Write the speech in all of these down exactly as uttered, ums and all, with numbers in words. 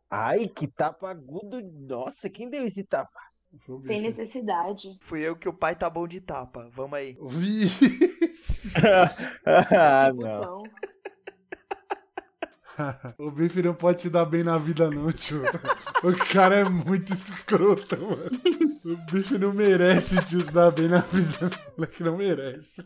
Ai, que tapa agudo. Nossa, quem deu esse tapa? Foi o Sem bife. necessidade. Fui eu que o pai tá bom de tapa. Vamos aí. Vixe. Ah, Que não. putão. O bife não pode se dar bem na vida, não, tio. O cara é muito escroto, mano. O bife não merece, tio, se dar bem na vida. O moleque não merece.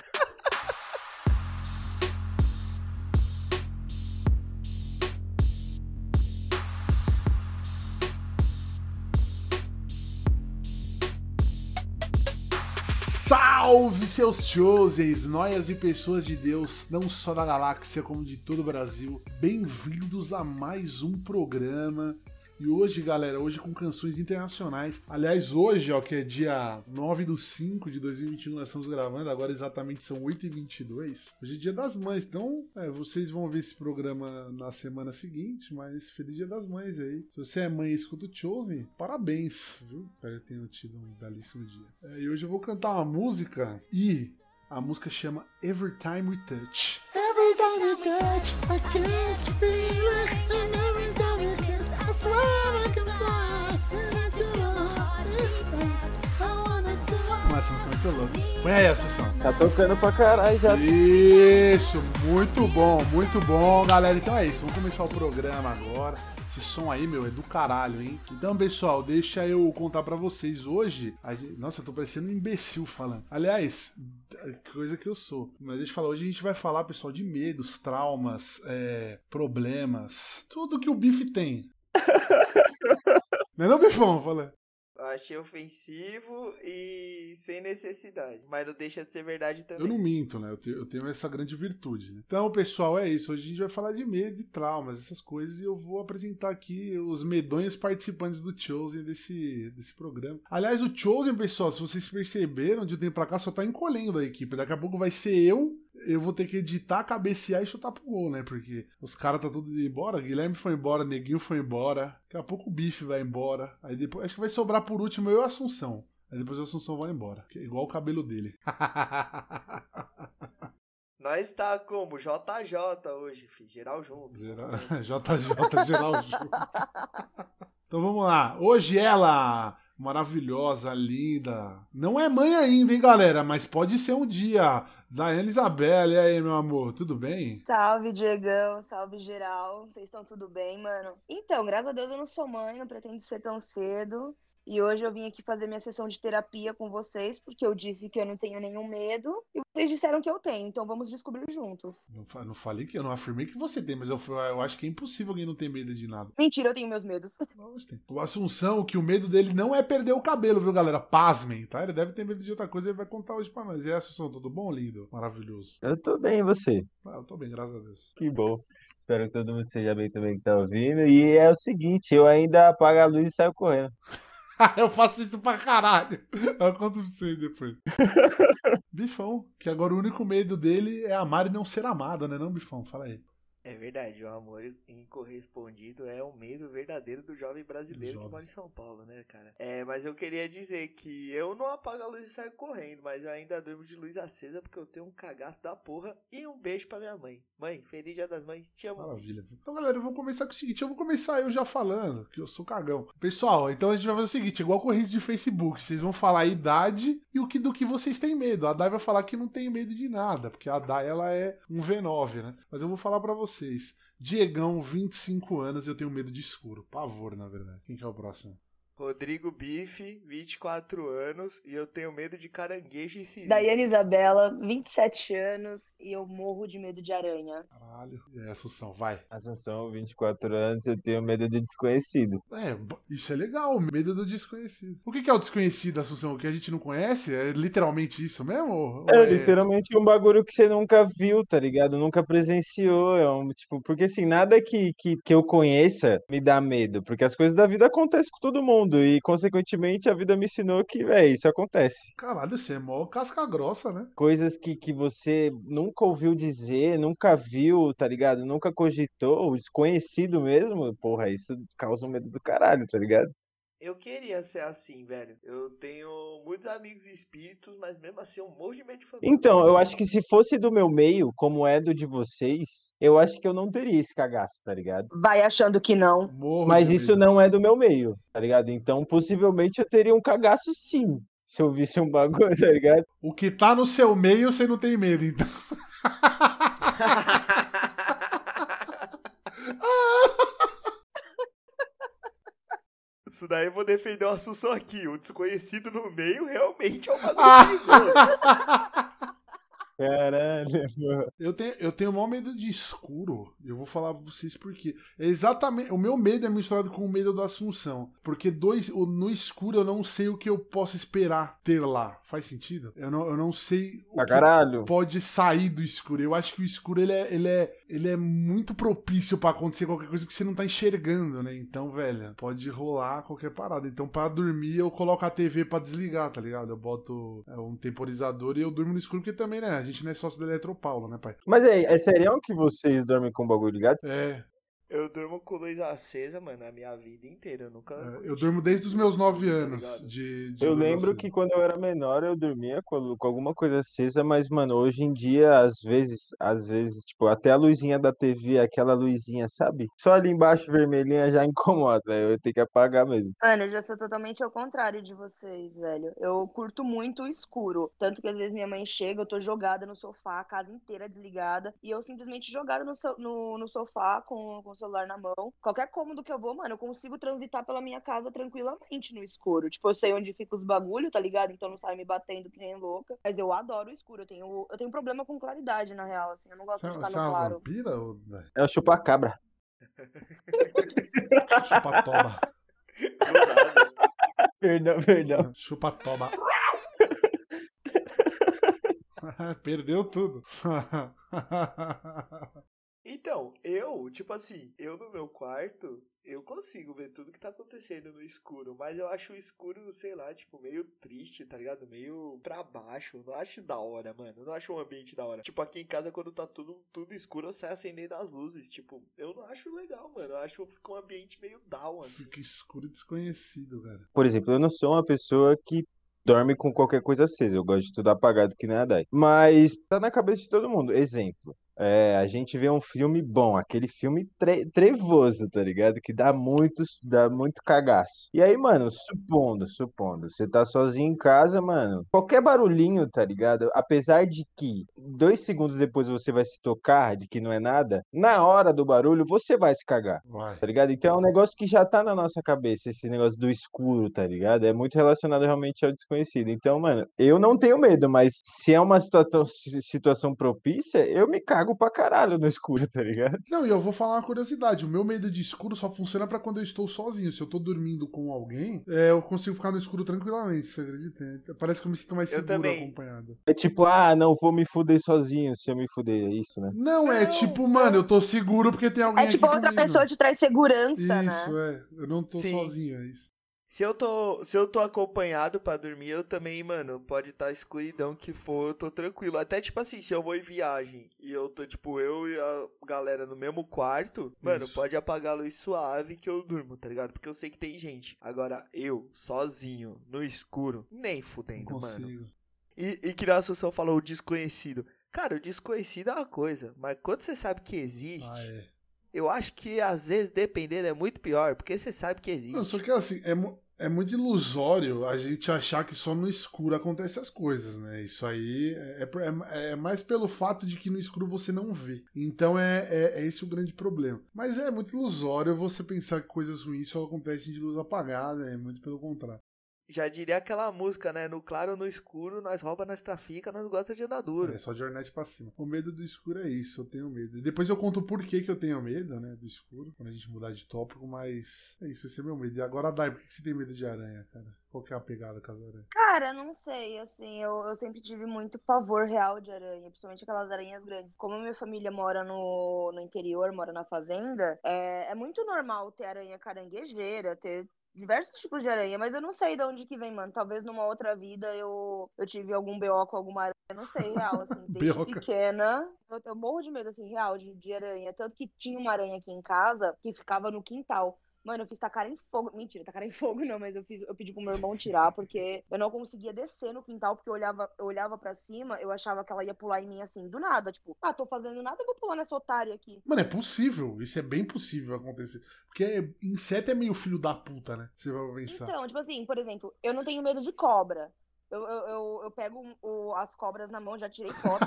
Salve, seus chosens, noias e pessoas de Deus, não só da galáxia, como de todo o Brasil. Bem-vindos a mais um programa. E hoje, galera, hoje com canções internacionais. Aliás, hoje, ó, que é dia nove de cinco de dois mil e vinte e um, nós estamos gravando, agora exatamente são oito e vinte e dois. Hoje é dia das mães, então é, vocês vão ver esse programa na semana seguinte, mas feliz dia das mães aí. Se você é mãe e escuta o Chosen, parabéns, viu? Espero que tenham tido um belíssimo dia. É, e hoje eu vou cantar uma música e a música chama Every Time We Touch. Every time we touch, I can't feel it, and every time we kiss, I swear I can fly. Nossa, essa música é muito louca. Põe aí a sessão. Tá tocando pra caralho já. Isso, muito bom, muito bom, galera. Então é isso, vamos começar o programa agora. Esse som aí, meu, é do caralho, hein? Então, pessoal, deixa eu contar pra vocês. Hoje, a gente... nossa, eu tô parecendo um imbecil falando. Aliás, coisa que eu sou. Mas deixa eu falar, hoje a gente vai falar, pessoal, de medos, traumas, é... problemas, tudo que o bife tem. Não é não, Bifão? Fala. Achei ofensivo e sem necessidade. Mas não deixa de ser verdade também. Eu não minto, né? Eu tenho, eu tenho essa grande virtude, né? Então, pessoal, é isso. Hoje a gente vai falar de medos e traumas, essas coisas, e eu vou apresentar aqui os medonhos participantes do Chosen desse, desse programa. Aliás, o Chosen, pessoal, se vocês perceberam, de um tempo pra cá só tá encolhendo a equipe. Daqui a pouco vai ser eu. Eu vou ter que editar, cabecear e chutar pro gol, né? Porque os caras tá tudo indo embora. Guilherme foi embora, Neguinho foi embora. Daqui a pouco o Bife vai embora. Aí depois, acho que vai sobrar por último eu e o Assunção. Aí depois o Assunção vai embora. Que é igual o cabelo dele. Nós tá como? J J hoje, filho. Geral junto. Geral... J J, geral junto. Então vamos lá. Hoje ela... maravilhosa, linda. Não é mãe ainda, hein, galera? Mas pode ser um dia. Daiane Isabelle, e aí, meu amor? Tudo bem? Salve, Diegão. Salve, geral. Vocês estão tudo bem, mano? Então, graças a Deus eu não sou mãe, não pretendo ser tão cedo. E hoje eu vim aqui fazer minha sessão de terapia com vocês, porque eu disse que eu não tenho nenhum medo. E vocês disseram que eu tenho, então vamos descobrir juntos. Não, não falei que eu não afirmei que você tem, mas eu, eu acho que é impossível alguém não ter medo de nada. Mentira, eu tenho meus medos. O Assunção, que o medo dele não é perder o cabelo, viu, galera? Pasmem, tá? Ele deve ter medo de outra coisa e ele vai contar hoje pra nós. E aí, Assunção, tudo bom, lindo? Maravilhoso. Eu tô bem, e você? Ah, eu tô bem, graças a Deus. Que bom. Espero que todo mundo esteja bem também que tá ouvindo. E é o seguinte, eu ainda apago a luz e saio correndo. Eu faço isso pra caralho. Eu conto pra vocês depois. Bifão, que agora o único medo dele é amar e não ser amado, né? Não, Bifão? Fala aí. É verdade, o amor incorrespondido é o medo verdadeiro do jovem brasileiro Jovem. que mora em São Paulo, né, cara? É, mas eu queria dizer que eu não apago a luz e saio correndo, mas eu ainda durmo de luz acesa porque eu tenho um cagaço da porra. E um beijo pra minha mãe. Mãe, feliz dia das mães, te amo. Maravilha. Então, galera, eu vou começar com o seguinte. Eu vou começar eu já falando, que eu sou cagão. Pessoal, então a gente vai fazer o seguinte, igual corrida de Facebook. Vocês vão falar a idade e o que, do que vocês têm medo. A Dai vai falar que não tem medo de nada, porque a Dai, ela é um V nove, né? Mas eu vou falar pra vocês. Diegão, vinte e cinco anos, eu tenho medo de escuro. Pavor, na verdade. Quem que é o próximo? Rodrigo Bife, vinte e quatro anos, e eu tenho medo de caranguejo e siri. Daiane Isabela, vinte e sete anos, e eu morro de medo de aranha. Caralho. E aí, Assunção, vai. Assunção, vinte e quatro anos, eu tenho medo do desconhecido. É, isso é legal, medo do desconhecido. O que que é o desconhecido, Assunção? O que a gente não conhece? É literalmente isso mesmo? Ou É é... literalmente um bagulho que você nunca viu, tá ligado? Nunca presenciou. É um, tipo, porque assim, nada que, que, que eu conheça me dá medo, porque as coisas da vida acontecem com todo mundo e, consequentemente, a vida me ensinou que, véi, isso acontece. Caralho, você é mó casca grossa, né? Coisas que, que você nunca ouviu dizer, nunca viu, tá ligado? Nunca cogitou, o desconhecido mesmo, porra, isso causa um medo do caralho, tá ligado? Eu queria ser assim, velho. Eu tenho muitos amigos espíritos, mas mesmo assim eu morro de medo de fantasma. Então, eu acho que se fosse do meu meio, como é do de vocês, eu acho que eu não teria esse cagaço, tá ligado? Vai achando que não. Morro Mas de isso medo. não é do meu meio, tá ligado? Então, possivelmente eu teria um cagaço sim, se eu visse um bagulho, tá ligado? O que tá no seu meio, você não tem medo, então. Isso daí eu vou defender o Assunção aqui. O desconhecido no meio realmente é um bagulho perigoso. Caralho, mano. Eu tenho, eu tenho o maior medo de escuro. Eu vou falar pra vocês por quê. É exatamente. O meu medo é misturado com o medo da Assunção. Porque dois, o- no escuro eu não sei o que eu posso esperar ter lá. Faz sentido? Eu não, eu não sei o Pra que caralho. pode sair do escuro. Eu acho que o escuro ele é, ele é, ele é muito propício pra acontecer qualquer coisa que você não tá enxergando, né? Então, velho, pode rolar qualquer parada. Então, pra dormir, eu coloco a T V pra desligar, tá ligado? Eu boto é, um temporizador e eu durmo no escuro, porque também, né? A gente não é sócio da Eletropaulo, né, pai? Mas é, é sério que vocês dormem com o bagulho ligado? É, Eu durmo com luz acesa, mano, a minha vida inteira. Eu nunca. é, eu curti durmo desde os meus nove escuro, tá anos ligado? de, de Eu luz lembro acesa. que quando eu era menor eu dormia com, com alguma coisa acesa, mas, mano, hoje em dia, às vezes, às vezes, tipo, até a luzinha da T V, aquela luzinha, sabe? Só ali embaixo vermelhinha já incomoda, eu tenho que apagar mesmo. Mano, eu já sou totalmente ao contrário de vocês, velho. Eu curto muito o escuro. Tanto que às vezes minha mãe chega, eu tô jogada no sofá, a casa inteira desligada. E eu simplesmente jogada no, so- no, no sofá com, com o celular na mão. Qualquer cômodo que eu vou, mano, eu consigo transitar pela minha casa tranquilamente no escuro. Tipo, eu sei onde fica os bagulho, tá ligado? Então não sai me batendo que nem louca. Mas eu adoro o escuro. Eu tenho, eu tenho problema com claridade, na real, assim. Eu não Você gosto é de estar você é no uma claro. vampira? Ou... velho? É o chupacabra. Chupa-toba. Do nada. Perdão, perdão. Chupa-toba. Perdeu tudo. Então, eu, tipo assim, eu no meu quarto, eu consigo ver tudo que tá acontecendo no escuro, mas eu acho o escuro, sei lá, tipo, meio triste, tá ligado? Meio pra baixo. Eu não acho da hora, mano. Eu não acho um ambiente da hora. Tipo, aqui em casa, quando tá tudo, tudo escuro, eu saio acendendo as luzes. Tipo, eu não acho legal, mano. Eu acho que fica um ambiente meio down, assim. Fica escuro e desconhecido, cara. Por exemplo, eu não sou uma pessoa que dorme com qualquer coisa acesa. Eu gosto de tudo apagado que nem a Dai. Mas tá na cabeça de todo mundo. Exemplo. É, a gente vê um filme bom, aquele filme tre- trevoso, tá ligado? Que dá muito, dá muito cagaço. E aí, mano, supondo, supondo, você tá sozinho em casa, mano, qualquer barulhinho, tá ligado? Apesar de que dois segundos depois você vai se tocar de que não é nada, na hora do barulho você vai se cagar. Vai. Tá ligado? Então é um negócio que já tá na nossa cabeça, esse negócio do escuro, tá ligado? É muito relacionado realmente ao desconhecido. Então, mano, eu não tenho medo, mas se é uma situação, situação propícia, eu me cago pra caralho no escuro, tá ligado? Não, e eu vou falar uma curiosidade. O meu medo de escuro só funciona pra quando eu estou sozinho. Se eu tô dormindo com alguém, é, eu consigo ficar no escuro tranquilamente, você acredita? É, Parece que eu me sinto mais Eu seguro também. acompanhado. É tipo, ah, não vou me fuder sozinho se eu me fuder, é isso, né? Não, é Não, tipo, não. mano, eu tô seguro porque tem alguém É tipo, aqui outra comigo. pessoa te traz segurança, Isso, né? é. Eu não tô Sim. sozinho, é isso. Se eu tô, se eu tô acompanhado pra dormir, eu também, mano, pode estar escuridão que for, eu tô tranquilo. Até tipo assim, se eu vou em viagem e eu tô, tipo, eu e a galera no mesmo quarto, mano, Isso. pode apagar a luz suave que eu durmo, tá ligado? Porque eu sei que tem gente. Agora, eu, sozinho, no escuro, nem Não fudendo, mano. consigo. E, e que a Assunção falou o desconhecido. Cara, o desconhecido é uma coisa, mas quando você sabe que existe, Ah, é. eu acho que às vezes, dependendo, é muito pior, porque você sabe que existe. Não, só que assim, é, mu- é muito ilusório a gente achar que só no escuro acontecem as coisas, né? Isso aí é, é- é mais pelo fato de que no escuro você não vê. Então é, é, é esse o grande problema. Mas é muito ilusório você pensar que coisas ruins só acontecem de luz apagada, é muito pelo contrário. Já diria aquela música, né? No claro ou no escuro, nós rouba, nós trafica, nós gosta de andar duro. É só de Hornet pra cima. O medo do escuro é isso, eu tenho medo. E depois eu conto o porquê que eu tenho medo, né, do escuro, quando a gente mudar de tópico, mas é isso, esse é meu medo. E agora, Dai, por que você tem medo de aranha, cara? Qual que é a pegada com as aranhas? Cara, não sei, assim, eu, eu sempre tive muito pavor real de aranha, principalmente aquelas aranhas grandes. Como minha família mora no, no interior, mora na fazenda, é, é muito normal ter aranha caranguejeira, ter diversos tipos de aranha, mas eu não sei de onde que vem, mano. Talvez numa outra vida eu, eu tive algum B O com alguma aranha, eu não sei, real, assim, desde Beoca. pequena, eu, eu morro de medo, assim, real, de, de aranha. Tanto que tinha uma aranha aqui em casa que ficava no quintal. Mano, eu fiz tacar em fogo. Mentira, tacar em fogo não, mas eu, fiz, eu pedi pro meu irmão tirar, porque eu não conseguia descer no quintal, porque eu olhava, eu olhava pra cima, eu achava que ela ia pular em mim assim, do nada. Tipo, ah, tô fazendo nada, eu vou pular nessa otária aqui. Mano, é possível. Isso é bem possível acontecer. Porque inseto é meio filho da puta, né? Você vai pensar. Então, tipo assim, por exemplo, eu não tenho medo de cobra. Eu, eu, eu, eu pego o, as cobras na mão, já tirei foto.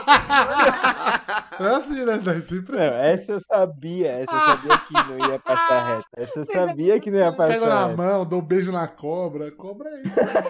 É assim, né? Daí sempre Não, essa eu sabia, essa eu sabia que não ia passar reto. Essa eu sabia que não ia passar pego na reto. mão, dou um beijo na cobra. Cobra é isso. Né?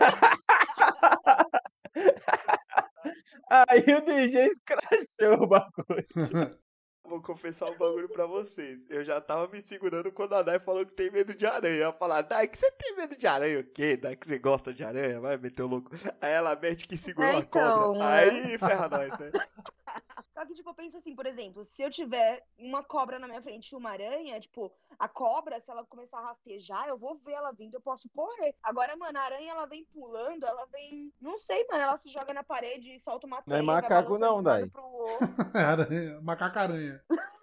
Aí o D J escrachou o bagulho. Vou confessar um bagulho pra vocês. Eu já tava me segurando quando a Dai falou que tem medo de aranha. Eu ia falar, Dai, que você tem medo de aranha? O quê? Dai, que você gosta de aranha? Vai meter o louco. Aí ela mete que segurou É, a então, cobra. né? Aí ferra nós, né? Só que, tipo, eu penso assim, por exemplo, se eu tiver uma cobra na minha frente e uma aranha, tipo, a cobra, se ela começar a rastejar, eu vou ver ela vindo, eu posso correr. Agora, mano, a aranha, ela vem pulando, ela vem... Não sei, mano, ela se joga na parede e solta uma Não teia, é vai macaco balançando não, de um Dai. lado pro outro. Aranha, macaca-aranha.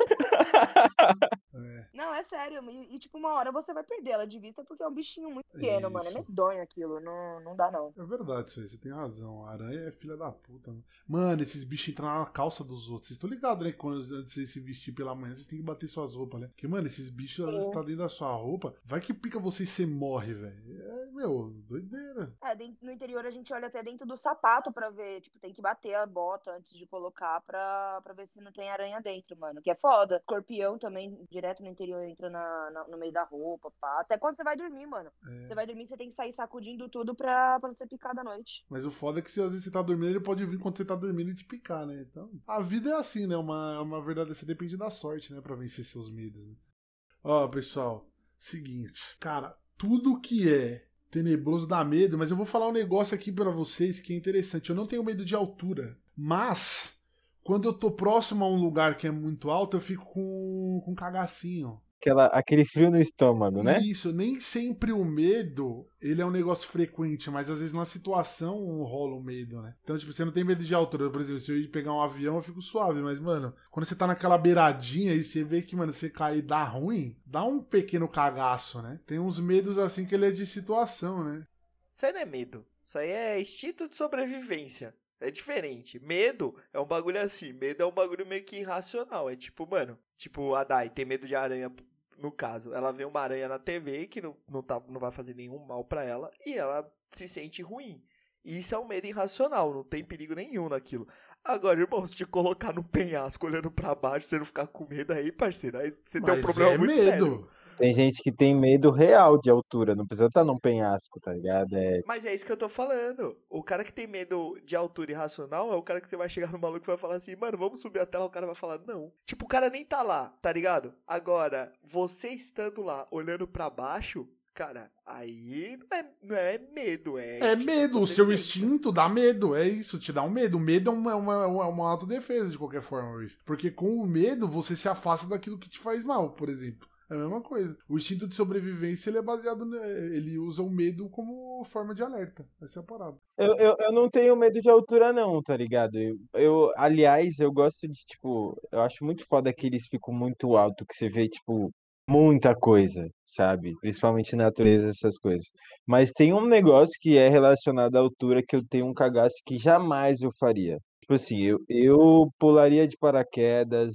É. Não, é sério. E, e, tipo, uma hora você vai perder ela de vista porque é um bichinho muito pequeno, Isso. mano. É medonho aquilo. Não, não dá, não. É verdade isso aí, você tem razão. A aranha é filha da puta. Né? Mano, esses bichos entram na calça dos outros. Vocês estão ligados, né? Quando antes de vocês se vestir pela manhã, vocês têm que bater suas roupas, né? Porque, mano, esses bichos às vezes tá dentro da sua roupa. Vai que pica você e você morre, velho. É, meu, doideira. É, no interior a gente olha até dentro do sapato pra ver. Tipo, tem que bater a bota antes de colocar pra, pra ver se não tem aranha dentro, mano. Que é foda. Escorpião também, direto no interior, entra na, na, no meio da roupa, pá. Até quando você vai dormir, mano. É. Você vai dormir, você tem que sair sacudindo tudo pra, pra não ser picado à noite. Mas o foda é que se às vezes você tá dormindo, ele pode vir quando você tá dormindo e te picar, né? Então, a vida é assim, né? Uma, uma verdade, você depende da sorte, né? Pra vencer seus medos, né? Ó, pessoal, seguinte. Cara, tudo que é tenebroso dá medo, mas eu vou falar um negócio aqui pra vocês que é interessante. Eu não tenho medo de altura, mas quando eu tô próximo a um lugar que é muito alto, eu fico com, com cagacinho. Aquela, aquele frio no estômago, né? Isso, nem sempre o medo, ele é um negócio frequente, mas às vezes na situação rola o medo, né? Então, tipo, você não tem medo de altura. Por exemplo, se eu ir pegar um avião, eu fico suave, mas, mano, quando você tá naquela beiradinha e você vê que, mano, você cair e dá ruim, dá um pequeno cagaço, né? Tem uns medos assim que ele é de situação, né? Isso aí não é medo. Isso aí é instinto de sobrevivência. É diferente. Medo é um bagulho assim. Medo é um bagulho meio que irracional. É tipo, mano, tipo, a Dai tem medo de aranha. No caso, ela vê uma aranha na T V que não, não, tá, não vai fazer nenhum mal pra ela e ela se sente ruim. E isso é um medo irracional, não tem perigo nenhum naquilo. Agora, irmão, se te colocar no penhasco olhando pra baixo, você não ficar com medo aí, parceiro, aí você Mas tem um problema é muito medo. sério. Tem gente que tem medo real de altura, não precisa estar num penhasco, tá ligado? É... Mas é isso que eu tô falando. O cara que tem medo de altura irracional é o cara que você vai chegar no maluco e vai falar assim, mano, vamos subir até lá, o cara vai falar, não. Tipo, o cara nem tá lá, tá ligado? Agora, você estando lá, olhando pra baixo, cara, aí não é, não é medo, é... É instinto de medo, o seu sobrevivência. instinto dá medo, é isso, te dá um medo. O medo é uma, uma, uma, uma autodefesa de qualquer forma, Riff. Porque com o medo você se afasta daquilo que te faz mal, por exemplo. É a mesma coisa. O instinto de sobrevivência ele é baseado. Ele usa o medo como forma de alerta. Essa é a parada. Eu, eu, eu não tenho medo de altura, não, tá ligado? Eu, eu, aliás, eu gosto de, tipo, eu acho muito foda que eles ficam muito alto, que você vê, tipo, muita coisa, sabe? Principalmente natureza, essas coisas. Mas tem um negócio que é relacionado à altura que eu tenho um cagaço que jamais eu faria. Tipo assim, eu, eu pularia de paraquedas,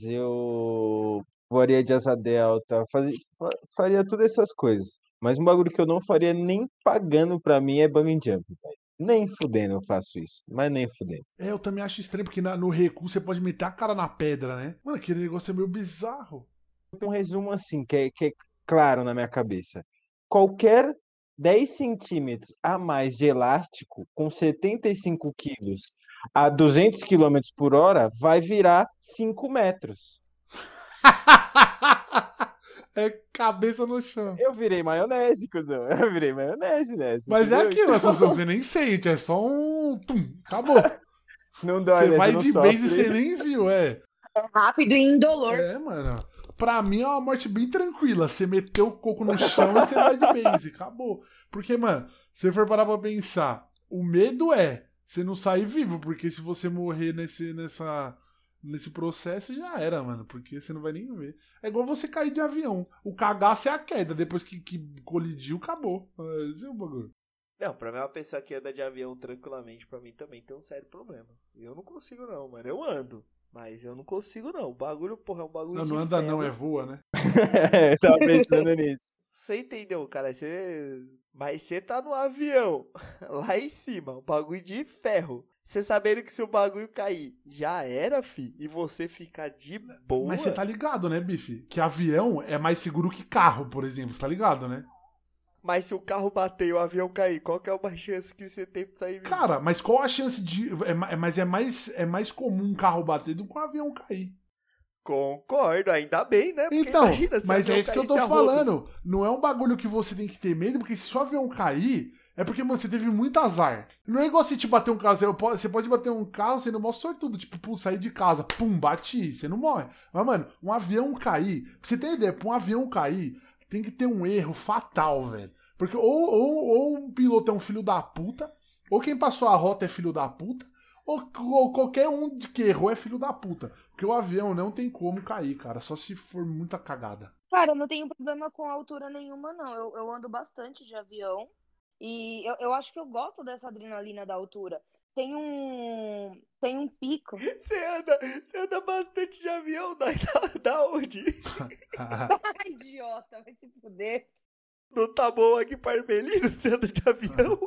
eu voaria de asa delta, fazia, fa- faria todas essas coisas. Mas um bagulho que eu não faria nem pagando pra mim é bungee jump, velho. Nem fudendo eu faço isso, mas nem fudendo. É, eu também acho estranho, porque na- no recuo você pode meter a cara na pedra, né? Mano, aquele negócio é meio bizarro. Um resumo assim, que é, que é claro na minha cabeça. Qualquer dez centímetros a mais de elástico com setenta e cinco quilos a duzentos quilômetros por hora vai virar cinco metros. É cabeça no chão. Eu virei maionese, cuzão. Eu virei maionese, né? Você Mas é entendeu? aquilo, essa você nem sente, é só um. Tum, acabou. Não dói, Você né? vai não de sofre. base e você nem viu, é. É rápido e indolor. É, mano. Pra mim é uma morte bem tranquila. Você meteu o coco no chão e você vai de base. Acabou. Porque, mano, se você for parar pra pensar, o medo é você não sair vivo. Porque se você morrer nesse, nessa, nesse processo já era, mano, porque você não vai nem ver. É igual você cair de avião. O cagaço é a queda, depois que, que colidiu, acabou. Esse é o bagulho. Não, pra mim uma pessoa que anda de avião tranquilamente, pra mim também tem um sério problema. Eu não consigo não, mano. Eu ando, mas eu não consigo não. O bagulho, porra, é um bagulho Não, de não anda ferro. não, é voa, né? É, tava pensando nisso. Você entendeu, cara? Você... Mas você tá no avião, lá em cima, um bagulho de ferro. Você sabendo que se o bagulho cair, já era, fi, e você ficar de boa... Mas você tá ligado, né, bife? Que avião é mais seguro que carro, por exemplo, você tá ligado, né? Mas se o carro bater e o avião cair, qual que é uma chance que você tem pra sair vivo? Cara, mas qual a chance de... É, ma- é- mas é mais, é mais comum um carro bater do que um avião cair. Concordo, ainda bem, né? Porque Então, imagina, se o mas avião é isso que eu tô caísse a rodo. falando. Não é um bagulho que você tem que ter medo, porque se o avião cair, é porque, mano, você teve muito azar. Não é igual você te bater um carro. Você pode, você pode bater um carro sendo mó sortudo. Tipo, pô, sair de casa, pum, bati, você não morre. Mas, mano, um avião cair... Pra você ter ideia, pra um avião cair, tem que ter um erro fatal, velho. Porque ou, ou, ou um piloto é um filho da puta, ou quem passou a rota é filho da puta, ou, ou qualquer um de que errou é filho da puta. Porque o avião não tem como cair, cara. Só se for muita cagada. Cara, eu não tenho problema com altura nenhuma, não. Eu, eu ando bastante de avião e eu, eu acho que eu gosto dessa adrenalina da altura. Tem um, tem um pico. Você anda, você anda bastante de avião, da, da, da onde? Ai, idiota, vai se fuder. Não tá bom aqui para Armelino, você anda de avião?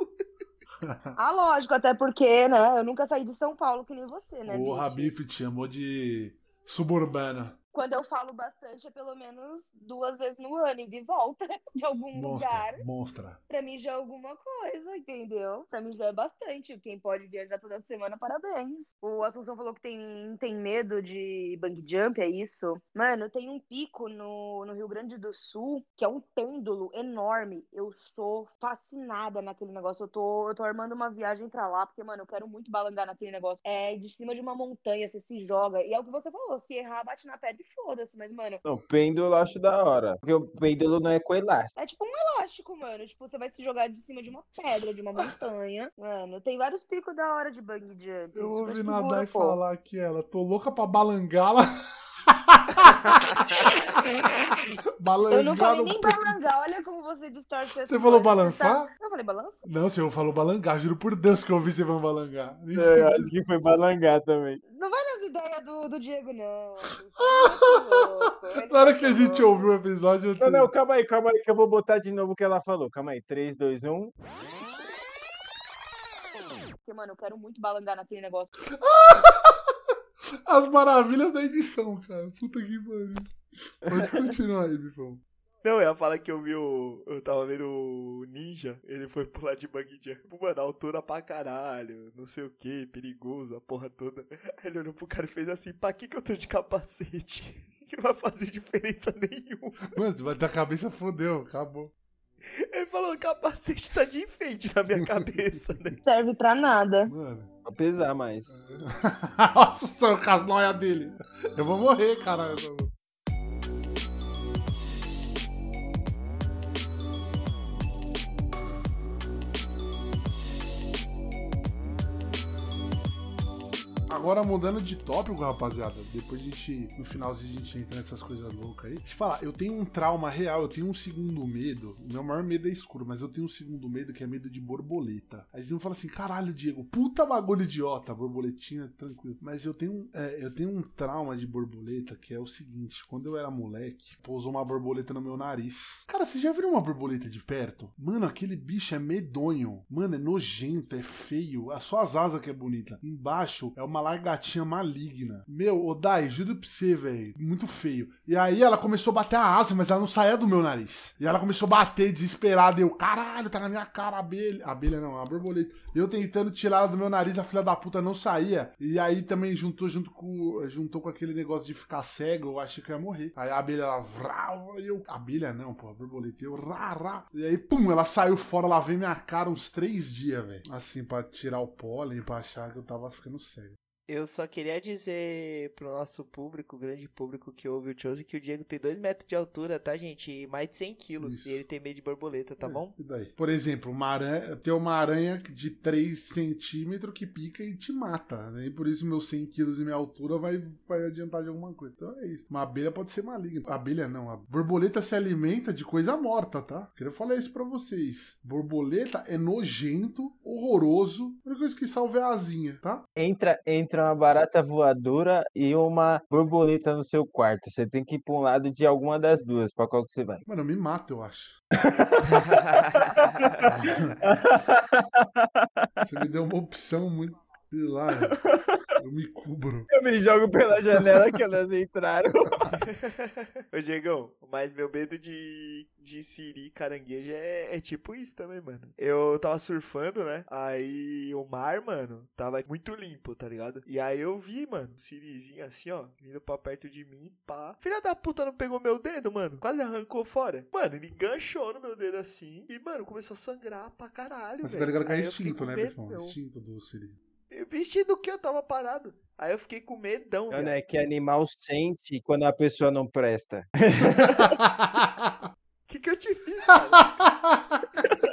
Ah, lógico, até porque, né, eu nunca saí de São Paulo que nem você, né, Porra, bicho? bife te chamou de suburbana. Quando eu falo bastante é pelo menos duas vezes no ano e de volta de algum Monstra, lugar. monstra. Pra mim já é alguma coisa, entendeu? Pra mim já é bastante. Quem pode viajar toda semana, parabéns. O Assunção falou que tem, tem medo de bungee jump, é isso? Mano, tem um pico no, no Rio Grande do Sul, que é um pêndulo enorme. Eu sou fascinada naquele negócio. Eu tô, eu tô armando uma viagem pra lá, porque, mano, eu quero muito balangar naquele negócio. É de cima de uma montanha, você se joga. E é o que você falou, se errar, bate na pedra e foda-se. Mas, mano, Não, pêndulo eu acho da hora. Porque o pêndulo não é com elástico. é tipo um elástico, mano. Tipo, você vai se jogar de cima de uma pedra, de uma montanha. Mano, tem vários picos da hora de bungee jump. Eu super ouvi seguro, nadar e pô. falar que ela, tô louca pra balangá-la. Balangar Eu não falei no nem peito. balangar. Olha como você distorce essa Você falou coisa. balançar? Você tá- Eu falei balança? Não, o senhor falou balangar, juro por Deus que eu ouvi você falando balangar. Nem É, eu fudeu. acho que foi balangá também. Não vai nas ideias do, do Diego, não. Você é muito louco. Ele Na hora tá que a gente louco. ouviu o episódio, eu Não, não, te... calma aí, calma aí, que eu vou botar de novo o que ela falou. Calma aí, três, dois, um. Porque, mano, eu quero muito balangar naquele negócio. As maravilhas da edição, cara. Puta que pariu. Pode continuar aí, Bifão. Não, eu ia falar que eu vi o... Eu tava vendo o Ninja, ele foi pular de bungee jump. Mano, altura pra caralho, não sei o que, perigoso, a porra toda. Aí ele olhou pro cara e fez assim, pra que que eu tô de capacete? Que não vai fazer diferença nenhuma. Mano, você bater a cabeça, fodeu, acabou. Ele falou, o capacete tá de enfeite na minha cabeça, né? Serve pra nada. Mano. Pra pesar mais. Nossa, só com as noias dele. Eu vou morrer, cara. Agora mudando de tópico, rapaziada, depois a gente, no finalzinho a gente entra nessas coisas loucas aí. Deixa eu falar, eu tenho um trauma real, eu tenho um segundo medo. O meu maior medo é escuro, mas eu tenho um segundo medo que é medo de borboleta. Aí vocês vão falar assim, caralho, Diego, puta bagulho idiota, borboletinha, tranquilo. Mas eu tenho, é, eu tenho um trauma de borboleta que é o seguinte, quando eu era moleque, pousou uma borboleta no meu nariz. Cara, vocês já viram uma borboleta de perto? Mano, aquele bicho é medonho. Mano, é nojento, é feio. Só as asas que é bonita. Embaixo é uma largatinha maligna. Meu, Odai, juro pra você, velho. Muito feio. E aí ela começou a bater a asa, mas ela não saía do meu nariz. E ela começou a bater desesperada. E eu, caralho, tá na minha cara a abelha. A abelha não, a borboleta. Eu tentando tirar ela do meu nariz, a filha da puta não saía. E aí também juntou junto com, juntou com aquele negócio de ficar cego. Eu achei que eu ia morrer. Aí a abelha, ela... Vrau, e eu... Abelha não, pô, a borboleta. Eu... Rá, rá. E aí, pum, ela saiu fora. Ela veio minha cara uns três dias, velho. Assim, pra tirar o pólen, pra achar que eu tava ficando cego. Eu só queria dizer pro nosso público, o grande público que ouve o Chose, que o Diego tem dois metros de altura, tá, gente? E mais de cem quilos. Isso. E ele tem medo de borboleta, tá É, bom? E daí? Por exemplo, uma aranha, tem uma aranha de três centímetros que pica e te mata, né? E por isso meus cem quilos e minha altura vai, vai adiantar de alguma coisa. Então é isso. Uma abelha pode ser maligna. A abelha não, a borboleta se alimenta de coisa morta, tá? Queria falar isso pra vocês. Borboleta é nojento, horroroso. A única coisa que salva é a asinha, tá? Entra, entra uma barata voadora e uma borboleta no seu quarto. Você tem que ir pra um lado de alguma das duas. Pra qual que você vai? Mano, eu me mato, eu acho. Você me deu uma opção muito, sei lá, eu me cubro. Eu me jogo pela janela que elas entraram. Ô, Diegão, mas meu medo de, de siri e caranguejo é, é tipo isso também, mano. Eu tava surfando, né? Aí o mar, mano, tava muito limpo, tá ligado? E aí eu vi, mano, um sirizinho assim, ó, vindo pra perto de mim, pá. Filha da puta não pegou meu dedo, mano. Quase arrancou fora. Mano, ele enganchou no meu dedo assim e, mano, começou a sangrar pra caralho, Mas você velho. tá ligado que é Aí eu fiquei instinto, com né, medo, Bifão? meu. Instinto do Siri. Vestido que eu tava parado. Aí eu fiquei com medão, Não, velho. né? Que animal sente quando a pessoa não presta. O que que eu te fiz, cara?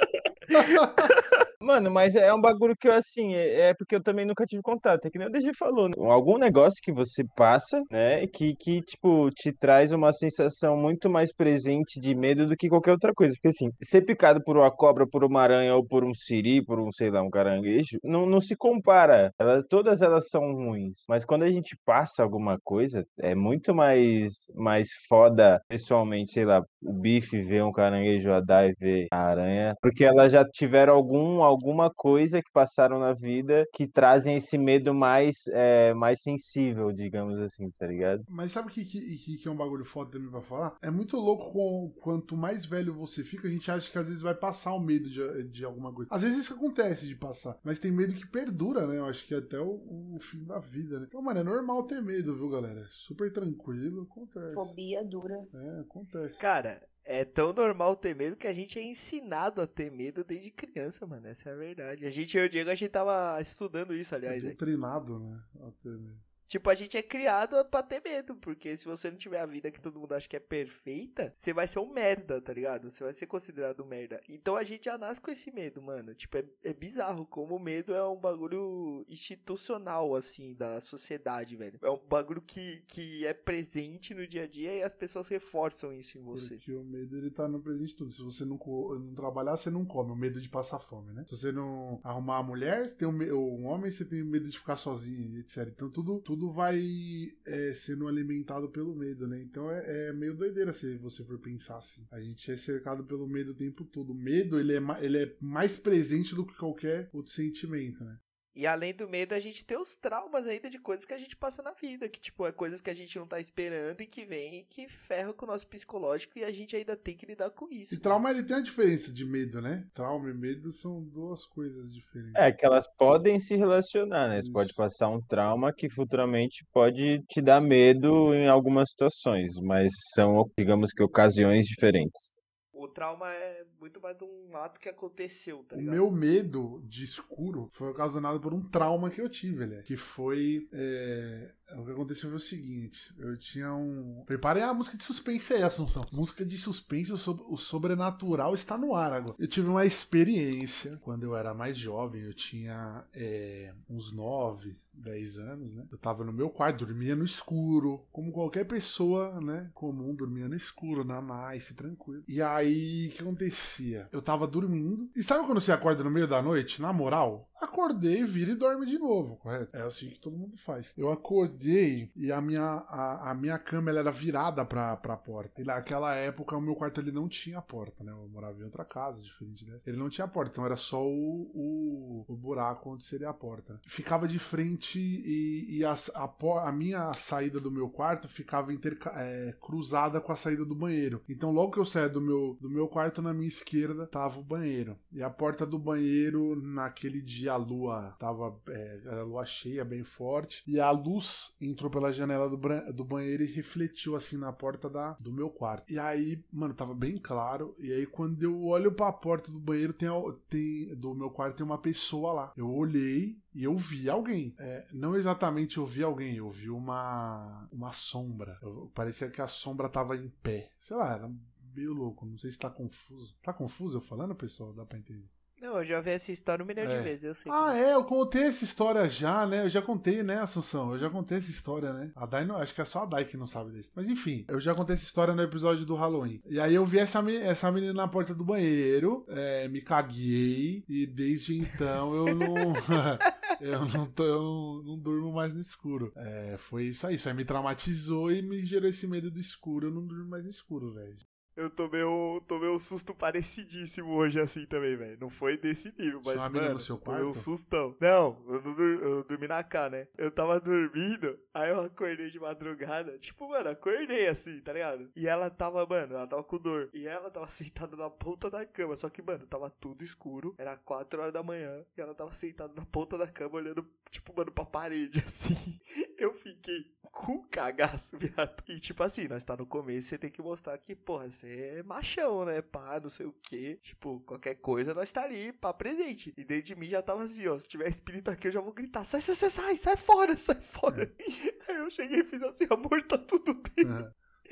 Mano, mas é um bagulho que eu, assim, é é porque eu também nunca tive contato. É que nem o D G falou, né? Algum negócio que você passa, né? Que, que, tipo, te traz uma sensação muito mais presente de medo do que qualquer outra coisa. Porque, assim, ser picado por uma cobra, por uma aranha ou por um siri, por um, sei lá, um caranguejo, não, não se compara. Elas, todas elas são ruins. Mas quando a gente passa alguma coisa, é muito mais, mais foda, pessoalmente, sei lá, o bife ver um caranguejo, a Dai ver a aranha. Porque elas já tiveram algum, alguma coisa que passaram na vida que trazem esse medo mais, é, mais sensível, digamos assim, tá ligado? Mas sabe o que, que, que, que é um bagulho foda também pra falar? É muito louco com quanto mais velho você fica, a gente acha que às vezes vai passar o medo de, de alguma coisa. Às vezes isso acontece de passar, mas tem medo que perdura, né? Eu acho que até o, o fim da vida, né? Então, mano, é normal ter medo, viu, galera? É super tranquilo, acontece. Fobia dura. É, acontece. Cara, é tão normal ter medo que a gente é ensinado a ter medo desde criança, mano. Essa é a verdade. A gente, eu e o Diego, a gente tava estudando isso, É aliás. né? doutrinado, né? A ter medo. Tipo, a gente é criado pra ter medo, porque se você não tiver a vida que todo mundo acha que é perfeita, você vai ser um merda, tá ligado? Você vai ser considerado um merda. Então a gente já nasce com esse medo, mano. Tipo, é, é bizarro como o medo é um bagulho institucional, assim, da sociedade, velho. É um bagulho que, que é presente no dia a dia e as pessoas reforçam isso em você. Porque o medo, ele tá no presente de tudo. Se você não, co- não trabalhar, você não come. O medo de passar fome, né? Se você não arrumar uma mulher, você tem um, me- ou um homem, você tem medo de ficar sozinho, etcétera. Então tudo, tudo vai é, sendo alimentado pelo medo, né? Então é, é meio doideira se você for pensar assim. A gente é cercado pelo medo o tempo todo. O medo, ele é, ma- ele é mais presente do que qualquer outro sentimento, né? E além do medo, a gente tem os traumas ainda de coisas que a gente passa na vida. Que, tipo, é coisas que a gente não tá esperando e que vem e que ferra com o nosso psicológico e a gente ainda tem que lidar com isso. E trauma, ele tem a diferença de medo, né? Trauma e medo são duas coisas diferentes. É, que elas podem se relacionar, né? Você Isso. pode passar um trauma que futuramente pode te dar medo em algumas situações, mas são, digamos que, ocasiões diferentes. O trauma é muito mais de um ato que aconteceu, tá O ligado? meu medo de escuro foi ocasionado por um trauma que eu tive, velho. Que foi. é, O que aconteceu foi o seguinte: eu tinha um. Preparem a música de suspense aí, Assunção. Música de suspense, o, sob- o sobrenatural está no ar agora. Eu tive uma experiência quando eu era mais jovem, eu tinha é, uns nove, dez anos, né? Eu tava no meu quarto, dormia no escuro, como qualquer pessoa, né, comum, dormia no escuro, na nice, tranquilo. E aí, o que acontecia? Eu tava dormindo, e sabe quando você acorda no meio da noite, na moral? Acordei, vira e dorme de novo, correto? É assim que todo mundo faz. Eu acordei e a minha, a, a minha cama ela era virada pra, pra porta. E naquela época o meu quarto ele não tinha porta, né? Eu morava em outra casa, diferente dessa. Ele não tinha porta, então era só o, o, o buraco onde seria a porta. Ficava de frente e, e a, a, por- a minha saída do meu quarto ficava interca- é, cruzada com a saída do banheiro. Então logo que eu saía do meu, do meu quarto, na minha esquerda tava o banheiro. E a porta do banheiro naquele dia dia a lua tava, é, a lua cheia, bem forte, e a luz entrou pela janela do, bran- do banheiro e refletiu assim na porta da, do meu quarto. E aí, mano, tava bem claro, e aí quando eu olho pra porta do banheiro, tem, a- tem do meu quarto tem uma pessoa lá. Eu olhei e eu vi alguém. É, não exatamente eu vi alguém, eu vi uma, uma sombra. Eu, parecia que a sombra tava em pé. Sei lá, era meio louco, não sei se tá confuso. Tá confuso eu falando, pessoal? Dá pra entender? Não, eu já vi essa história um milhão de É. vezes, eu sei. Ah, que... é, eu contei essa história já, né? Eu já contei, né, Assunção? Eu já contei essa história, né? A Dai, não, acho que é só a Dai que não sabe disso. Mas enfim, eu já contei essa história no episódio do Halloween. E aí eu vi essa, me- essa menina na porta do banheiro, é, me caguei, e desde então eu não. eu não, tô, eu não, não durmo mais no escuro. É, foi isso aí. Isso aí me traumatizou e me gerou esse medo do escuro. Eu não durmo mais no escuro, velho. Eu tomei um, tomei um susto parecidíssimo hoje assim também, velho. Não foi desse nível, mas, Tinha uma menina mano, no seu tomei um quarto? sustão. Não, eu, não dur- eu dormi na cá, né? Eu tava dormindo, aí eu acordei de madrugada. Tipo, mano, acordei assim, tá ligado? E ela tava, mano, ela tava com dor. E ela tava sentada na ponta da cama. Só que, mano, tava tudo escuro. Era quatro horas da manhã. E ela tava sentada na ponta da cama, olhando, tipo, mano, pra parede, assim. Eu fiquei com cagaço, viado. E tipo assim, nós tá no começo, você tem que mostrar que, porra, você é machão, né? Pá, não sei o quê. Tipo, qualquer coisa, nós tá ali, pá, presente. E dentro de mim já tava assim, ó, se tiver espírito aqui, eu já vou gritar, sai, sai, sai, sai, sai fora, sai fora. Aí eu cheguei e fiz assim, amor, tá tudo bem. Uhum.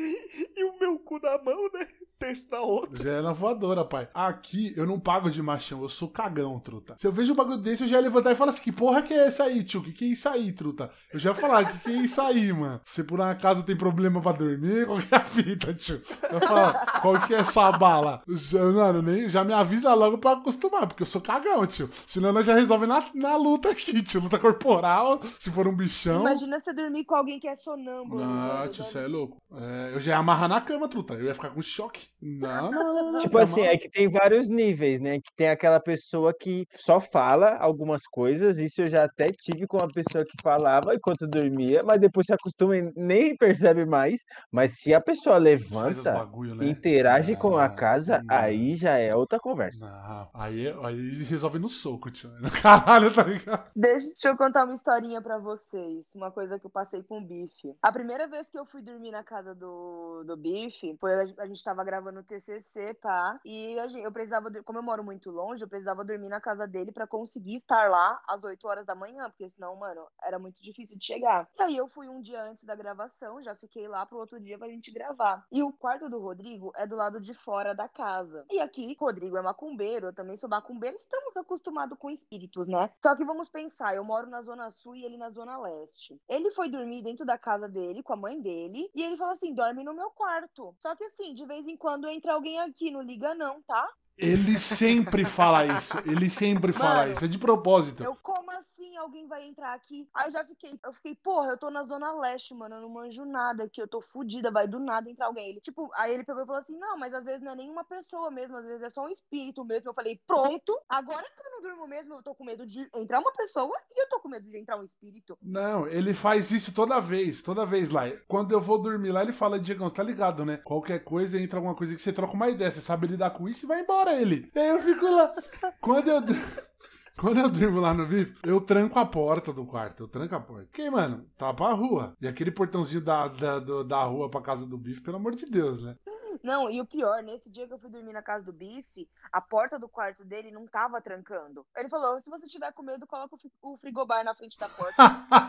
E o meu cu na mão, né? Terço na outra. Já é na voadora, pai. Aqui eu não pago de machão, eu sou cagão, truta. Se eu vejo um bagulho desse, eu já ia levantar e falar assim: que porra que é essa aí, tio? Que que é isso aí, truta? Eu já ia falar: que que é isso aí, mano? Se por um acaso tem problema pra dormir, qual que é a fita, tio? Eu falo: qual que é essa bala? Já, mano, nem, já me avisa logo pra acostumar, porque eu sou cagão, tio. Senão nós já resolve na, na luta aqui, tio. Luta corporal, se for um bichão. Imagina você dormir com alguém que é sonâmbulo. Não, mano, tio, deve- você é louco. É, eu já ia amarrar na cama, truta. Eu ia ficar com choque. Não, não, não, não. Tipo já assim, é que tem vários níveis, né? Que tem aquela pessoa que só fala algumas coisas, isso eu já até tive com uma pessoa que falava enquanto dormia, mas depois se acostuma e nem percebe mais. Mas se a pessoa faz os levanta, bagulho, né? interage com a Não, casa, não. aí já é outra conversa. Não, aí, aí resolve no soco, tio. Caralho, tá ligado? Deixa eu contar uma historinha pra vocês. Uma coisa que eu passei com o Bife. A primeira vez que eu fui dormir na casa do, do Bife, foi a, a gente tava gravando o T C C, pá. E a gente, eu precisava, dur- como eu moro muito longe, eu precisava dormir na casa dele pra conseguir estar lá às oito horas da manhã, porque senão, mano, era muito difícil de chegar. E aí eu fui um dia antes da gravação, já fiquei lá pro outro dia pra gente gravar. E o quarto do Rodrigo é do lado de fora da casa. E aqui, Rodrigo é macumbeiro, eu também sou macumbeiro, estamos acostumados com espíritos, né? Só que vamos pensar, eu moro na Zona Sul e ele na Zona Leste. Ele foi dormir dentro da casa dele, com a mãe dele, e ele falou assim, dorme no meu quarto. Só que assim, de vez em quando entra alguém aqui, não liga não, tá? Ele sempre fala isso. Ele sempre fala Mano, isso. É de propósito. Eu, como assim alguém vai entrar aqui? Aí eu já fiquei, eu fiquei, porra, eu tô na Zona Leste, mano, eu não manjo nada aqui, eu tô fudida, vai do nada entrar alguém. Ele, tipo, aí ele pegou e falou assim, não, mas às vezes não é nenhuma pessoa mesmo, às vezes é só um espírito mesmo. Eu falei, pronto, agora que eu não durmo mesmo, eu tô com medo de entrar uma pessoa e eu tô com medo de entrar um espírito. Não, ele faz isso toda vez. Toda vez lá. Quando eu vou dormir lá, ele fala, Diegão, você tá ligado, né? Qualquer coisa, entra alguma coisa que você troca uma ideia. Você sabe lidar com isso e vai embora ele. E aí eu fico lá. Quando eu... Quando eu durmo lá no Bife, eu tranco a porta do quarto. Eu tranco a porta. Porque, mano, tá pra rua. E aquele portãozinho da, da, do- da rua pra casa do Bife, pelo amor de Deus, né? Não, e o pior, nesse dia que eu fui dormir na casa do Bife, a porta do quarto dele não tava trancando. Ele falou, se você tiver com medo, coloca o fri- o frigobar na frente da porta.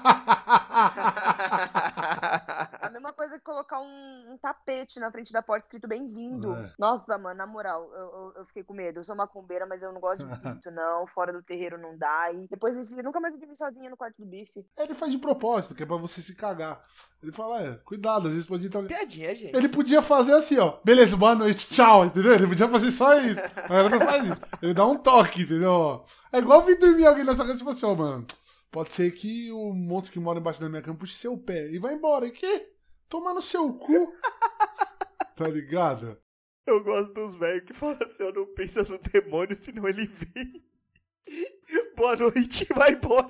A mesma coisa que colocar um, um tapete na frente da porta escrito bem-vindo. É. Nossa, mano, na moral, eu, eu, eu fiquei com medo. Eu sou macumbeira, mas eu não gosto de espírito, não. Fora do terreiro não dá. E depois disso, eu nunca mais dormi sozinha no quarto do Bife. Ele faz de propósito, que é pra você se cagar. Ele fala, é, cuidado, às vezes pode entrar... Piadinha, gente. Ele podia fazer assim, ó. Beleza, boa noite, tchau, entendeu? Ele podia fazer só isso. Mas ele não faz isso. Ele dá um toque, entendeu? É igual vir dormir alguém nessa casa e falar assim, ó, mano. Pode ser que o monstro que mora embaixo da minha cama puxe seu pé e vai embora. E que? Toma no seu cu. Tá ligado? Eu gosto dos velhos que falam assim, eu não penso no demônio, senão ele vem. Boa noite, vai embora.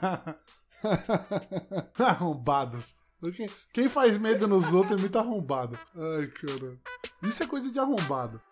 Arrombados. Quem, quem faz medo nos outros é muito arrombado. Ai, cara. Isso é coisa de arrombado.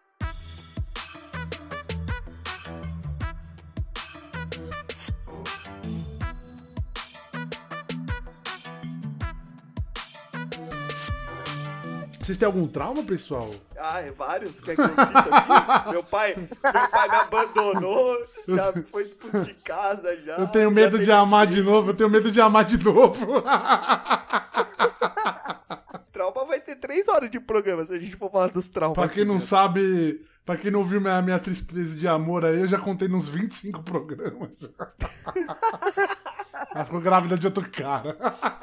Vocês têm algum trauma, pessoal? Ah, é vários? Quer que eu cite aqui? Meu pai, meu pai me abandonou, já foi expulso de casa, já. Eu tenho medo de amar de novo, eu tenho medo de amar de novo. Trauma vai ter três horas de programa se a gente for falar dos traumas. Pra quem aqui, não né? sabe, pra quem não viu minha, minha tristeza de amor aí, eu já contei nos vinte e cinco programas. Ela ficou grávida de outro cara.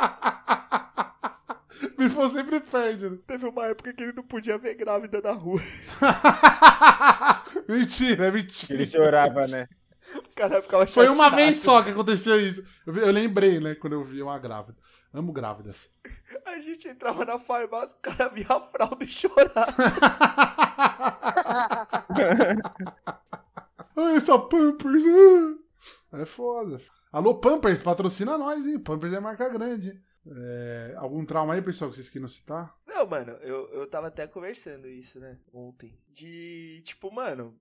Me for sempre perde, né? Teve uma época que ele não podia ver grávida na rua. Mentira, é mentira. Ele chorava, né? O cara ficava Foi chateado. uma vez só que aconteceu isso. Eu, vi- eu lembrei, né, quando eu vi uma grávida. Amo grávidas. A gente entrava na farmácia, o cara via a fralda e chorava. Ai, essa Pampers. ah. É foda. Alô, Pampers, patrocina nós, hein? Pampers é marca grande. É, algum trauma aí, pessoal, que vocês queriam citar? Não, mano, eu, eu tava até conversando isso, né, ontem. De, tipo, mano,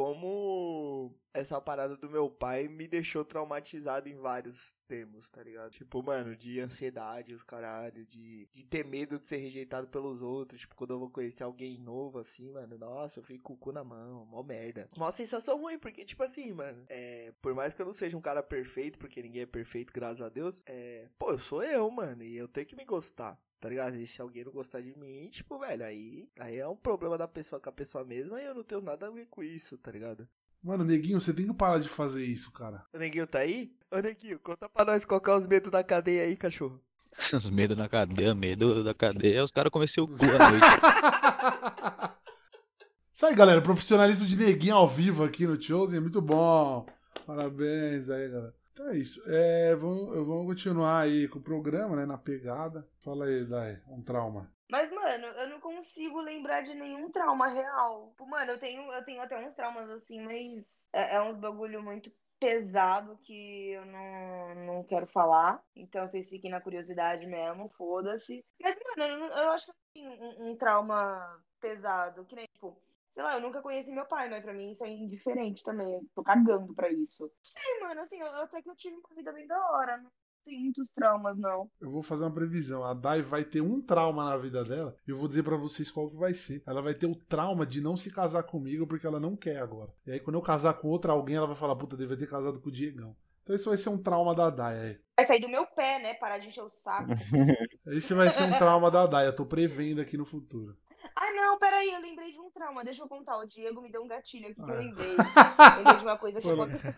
como essa parada do meu pai me deixou traumatizado em vários termos, tá ligado? Tipo, mano, de ansiedade, os caralho, de, de ter medo de ser rejeitado pelos outros. Tipo, quando eu vou conhecer alguém novo, assim, mano, nossa, eu fico com o cu na mão, mó merda. Mó sensação ruim, porque, tipo assim, mano, é, por mais que eu não seja um cara perfeito, porque ninguém é perfeito, graças a Deus, é, pô, eu sou eu, mano, e eu tenho que me gostar. Tá ligado? E se alguém não gostar de mim, tipo, velho, aí, aí é um problema da pessoa com a pessoa mesma e eu não tenho nada a ver com isso, tá ligado? Mano, Neguinho, você tem que parar de fazer isso, cara. O Neguinho tá aí? Ô, Neguinho, conta pra nós qual que é os medos da cadeia aí, cachorro. Os medos na cadeia, medo da cadeia, os caras comecei o cu à noite. Isso aí, galera. Profissionalismo de Neguinho ao vivo aqui no Chosen é muito bom. Parabéns aí, galera. Então é isso. É, vamos, vamos continuar aí com o programa, né? Na pegada. Fala aí, Dai, um trauma. Mas, mano, eu não consigo lembrar de nenhum trauma real. Tipo, mano, eu tenho, eu tenho até uns traumas assim, mas é, é uns bagulho muito pesado que eu não, não quero falar. Então vocês fiquem na curiosidade mesmo, foda-se. Mas, mano, eu, não- eu acho que assim, um, um trauma pesado, que nem, tipo, sei lá, eu nunca conheci meu pai, mas pra mim isso é indiferente também. Eu tô cagando pra isso. Sei, mano, assim, eu, eu até que eu tive uma vida bem da hora. Não tem muitos traumas, não. Eu vou fazer uma previsão. A Dai vai ter um trauma na vida dela e eu vou dizer pra vocês qual que vai ser. Ela vai ter o trauma de não se casar comigo porque ela não quer agora. E aí quando eu casar com outra alguém, ela vai falar, puta, devia ter casado com o Diegão. Então esse vai ser um trauma da Dai aí. Vai sair do meu pé, né? Parar de encher o saco. Esse vai ser um trauma da Dai. Eu tô prevendo aqui no futuro. Ai, não, peraí, eu lembrei de um trauma. Deixa eu contar. O Diego me deu um gatilho aqui que eu Ah. lembrei. Lembrei de uma coisa que Fala. aconteceu.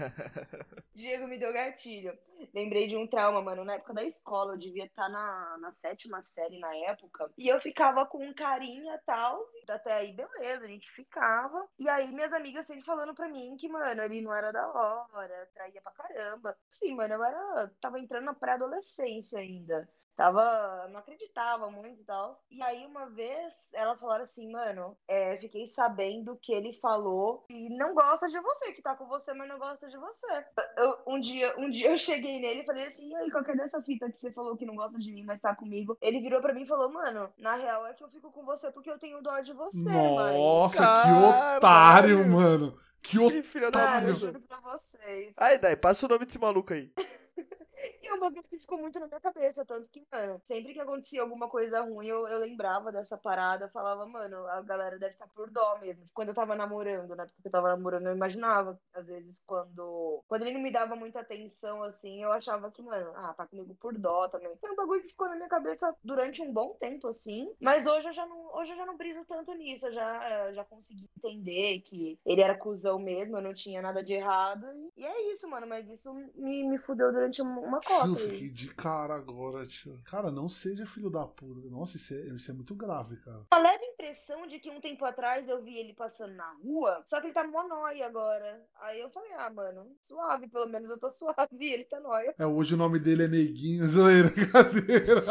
Diego me deu gatilho. Lembrei de um trauma, mano. Na época da escola, eu devia estar na, na sétima série na época. E eu ficava com um carinha e tal. Até aí, beleza, a gente ficava. E aí, minhas amigas sempre falando pra mim que, mano, ele não era da hora, traía pra caramba. Sim, mano, eu era. Tava entrando na pré-adolescência ainda. Tava, não acreditava muito e tal. E aí, uma vez, elas falaram assim, mano, é, fiquei sabendo que ele falou e não gosta de você, que tá com você, mas não gosta de você. Eu- um, dia, um dia eu cheguei nele e falei assim, e aí, qual que é dessa fita que você falou que não gosta de mim, mas tá comigo? Ele virou pra mim e falou, mano, na real é que eu fico com você porque eu tenho dó de você, mas... Nossa, Caralho. que otário, mano. Que Que filha da Mano, eu otário. juro pra vocês. Aí, Dai, passa o nome desse maluco aí. E é um bagulho que ficou muito na minha cabeça, tanto que, mano, sempre que acontecia alguma coisa ruim, eu, eu lembrava dessa parada, eu falava, mano, a galera deve estar por dó mesmo. Quando eu tava namorando, né? Porque eu tava namorando, eu imaginava, às vezes, quando, quando ele não me dava muita atenção, assim, eu achava que, mano, ah, tá comigo por dó também. Foi um bagulho que ficou na minha cabeça durante um bom tempo, assim, mas hoje eu já não, hoje eu já não briso tanto nisso, eu já, eu já consegui entender que ele era cuzão mesmo, eu não tinha nada de errado, e, e é isso, mano, mas isso me, me fudeu durante uma, uma Tio, cota. fiquei de cara agora, tio. Cara, não seja filho da puta. Nossa, isso é, isso é muito grave, cara. Uma leve impressão de que um tempo atrás eu vi ele passando na rua, só que ele tá mó nóia agora. Aí eu falei, ah, mano, suave, pelo menos eu tô suave, e ele tá nóia. É, hoje o nome dele é Neguinho. Zoeira, cadeira.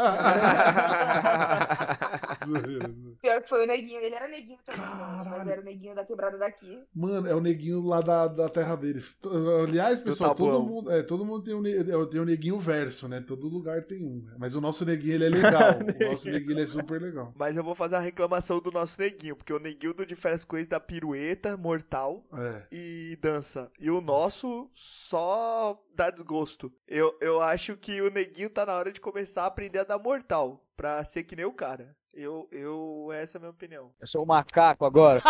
Zoeira, zoeira. Pior que foi o neguinho, ele era neguinho também, mano, mas Caralho. era o neguinho da quebrada daqui. Mano, é o neguinho lá da, da terra deles. T- Aliás, pessoal, todo Tabuão. mundo, é, todo mundo tem um, ne- é, tem um neguinho verso, né? Todo lugar tem um. Mas o nosso neguinho, ele é legal. O nosso neguinho, ele é super legal. Mas eu vou fazer a reclamação do nosso neguinho, porque o neguinho do de férias coisas da pirueta, mortal É. e dança. E o nosso só dá desgosto. Eu, eu acho que o neguinho tá na hora de começar a aprender a dar mortal, pra ser que nem o cara. Eu, eu, essa é a minha opinião. Eu sou um macaco agora.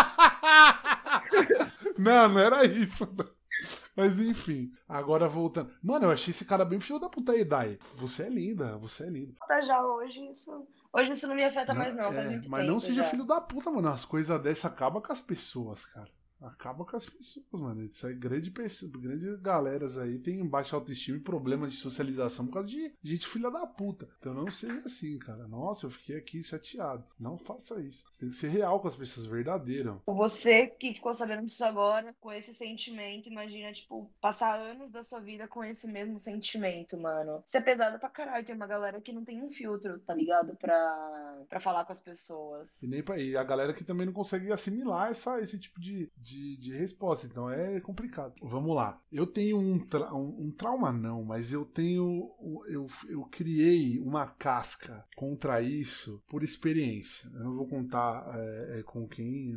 Não, não era isso. Mas enfim, agora voltando. Mano, eu achei esse cara bem filho da puta aí, Dai. Você é linda, você é linda. Tá já hoje isso. Hoje isso não me afeta Não, mais, não, faz é, muito mas tempo não seja já. filho da puta, mano. As coisas dessas acabam com as pessoas, cara. Acaba com as pessoas, mano. Isso aí, grande, pessoa, grande galeras aí tem baixa autoestima e problemas de socialização por causa de gente filha da puta. Então não seja assim, cara. Nossa, eu fiquei aqui chateado. Não faça isso. Você tem que ser real com as pessoas, verdadeiro. Você que ficou sabendo disso agora, com esse sentimento, imagina, tipo, passar anos da sua vida com esse mesmo sentimento, mano. Isso é pesado pra caralho. Tem uma galera que não tem um filtro, tá ligado? Pra, pra falar com as pessoas. E, nem pra, e a galera que também não consegue assimilar essa, esse tipo de, de, de resposta. Então é complicado. Vamos lá. Eu tenho um, tra, um, um trauma, não, mas eu tenho. Eu, eu criei uma casca contra isso por experiência. Eu não vou contar é, é, com quem,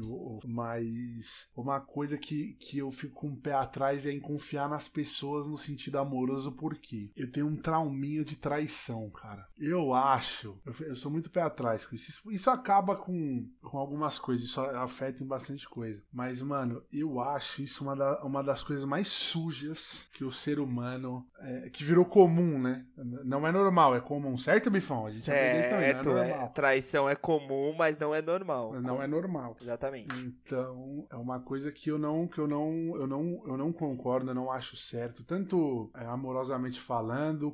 mas uma coisa que, que eu fico com o pé atrás é em confiar nas pessoas no sentido amoroso, porque eu tenho um trauminha de traição, cara. Eu acho. Eu, eu sou muito pé atrás com isso. Isso, isso acaba com, com algumas coisas, isso afeta em bastante coisa. Mas, mano, eu acho isso uma, da, uma das coisas mais sujas que o ser humano. É, que virou comum, né? Não é normal, é comum, certo, Bifão? A gente aprende isso também, não é normal. É, traição é comum, mas não é normal. Não é normal. Exatamente. Então, é uma coisa que eu não, que eu não, eu não, eu não concordo, eu não acho certo, tanto é, amorosamente falando,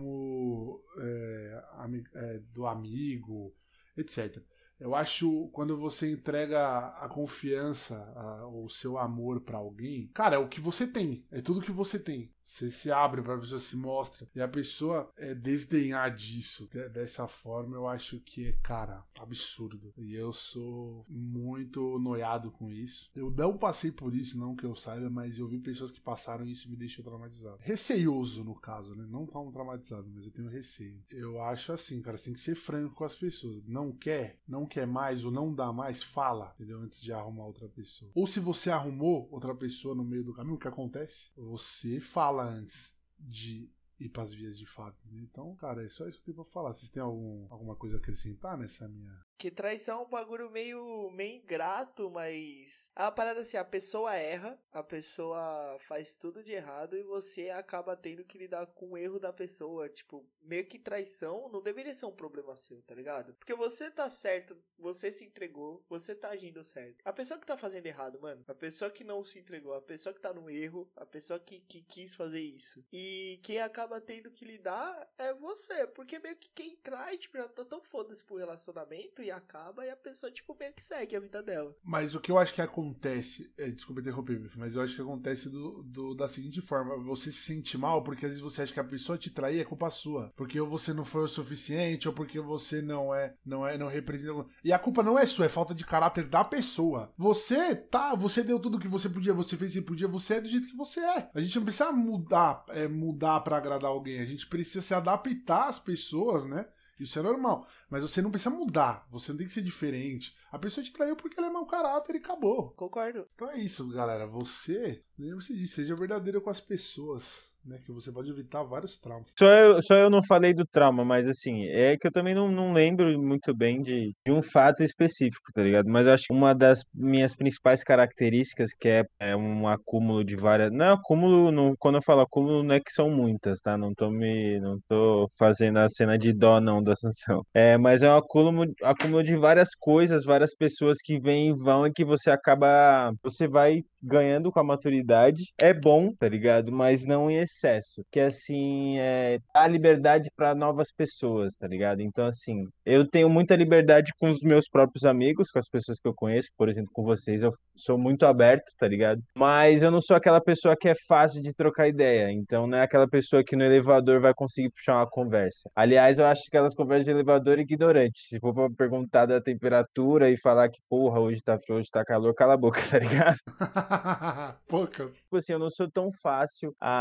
como é, ami, é, do amigo, etcétera. Eu acho quando você entrega a confiança, a, o seu amor pra alguém, cara, é o que você tem, é tudo que você tem. Você se abre pra pessoa, se mostra, e a pessoa é, desdenhar disso, de, dessa forma, eu acho que é, cara, absurdo. E eu sou muito noiado com isso. Eu não passei por isso, não que eu saiba, mas eu vi pessoas que passaram isso e me deixou traumatizado. Receioso, no caso, né? Não tão traumatizado, mas eu tenho receio. Eu acho assim, cara, você tem que ser franco com as pessoas. Não quer, não quer mais ou não dá mais, fala, entendeu? Antes de arrumar outra pessoa. Ou se você arrumou outra pessoa no meio do caminho, o que acontece? Você fala antes de ir para as vias de fato. Então, cara, é só isso que eu tenho pra falar. Vocês têm algum, alguma coisa a acrescentar nessa minha... Que traição é um bagulho meio, meio ingrato, mas... A parada assim, a pessoa erra, a pessoa faz tudo de errado e você acaba tendo que lidar com o erro da pessoa. Tipo, meio que traição não deveria ser um problema seu, tá ligado? Porque você tá certo, você se entregou, você tá agindo certo. A pessoa que tá fazendo errado, mano, a pessoa que não se entregou, a pessoa que tá no erro, a pessoa que, que quis fazer isso. E quem acaba tendo que lidar é você, porque meio que quem trai, tipo, já tá tão foda-se pro relacionamento e acaba, e a pessoa, tipo, meio que segue a vida dela. Mas o que eu acho que acontece, é, desculpa interromper, mas eu acho que acontece do, do, da seguinte forma: você se sente mal porque às vezes você acha que a pessoa te trair é culpa sua, porque ou você não foi o suficiente, ou porque você não é, não é, não representa. E a culpa não é sua, é falta de caráter da pessoa. Você tá, você deu tudo que você podia, você fez o que podia, você é do jeito que você é. A gente não precisa mudar, é, mudar pra agradar alguém, a gente precisa se adaptar às pessoas, né? Isso é normal. Mas você não precisa mudar. Você não tem que ser diferente. A pessoa te traiu porque ela é mau caráter e acabou. Concordo. Então é isso, galera. Você, lembre-se disso, seja verdadeiro com as pessoas, né? Que você pode evitar vários traumas. Só eu, só eu não falei do trauma, mas assim, é que eu também não, não lembro muito bem de, de um fato específico, tá ligado? Mas eu acho que uma das minhas principais características, que é, é um acúmulo de várias. Não, acúmulo, não, quando eu falo acúmulo, não é que são muitas, tá? Não tô me. Não tô fazendo a cena de dó, não, da Assunção. É, mas é um acúmulo, acúmulo de várias coisas, várias pessoas que vêm e vão e que você acaba. Você vai ganhando com a maturidade. É bom, tá ligado? Mas não em excesso. Que assim, é dar liberdade para novas pessoas, tá ligado? Então, assim, eu tenho muita liberdade com os meus próprios amigos, com as pessoas que eu conheço, por exemplo, com vocês, eu sou muito aberto, tá ligado? Mas eu não sou aquela pessoa que é fácil de trocar ideia. Então, não é aquela pessoa que no elevador vai conseguir puxar uma conversa. Aliás, eu acho que aquelas conversas de elevador ignorantes. Se for pra perguntar da temperatura e falar que, porra, hoje tá frio, hoje tá calor, cala a boca, tá ligado? Poucas. Tipo assim, eu não sou tão fácil a,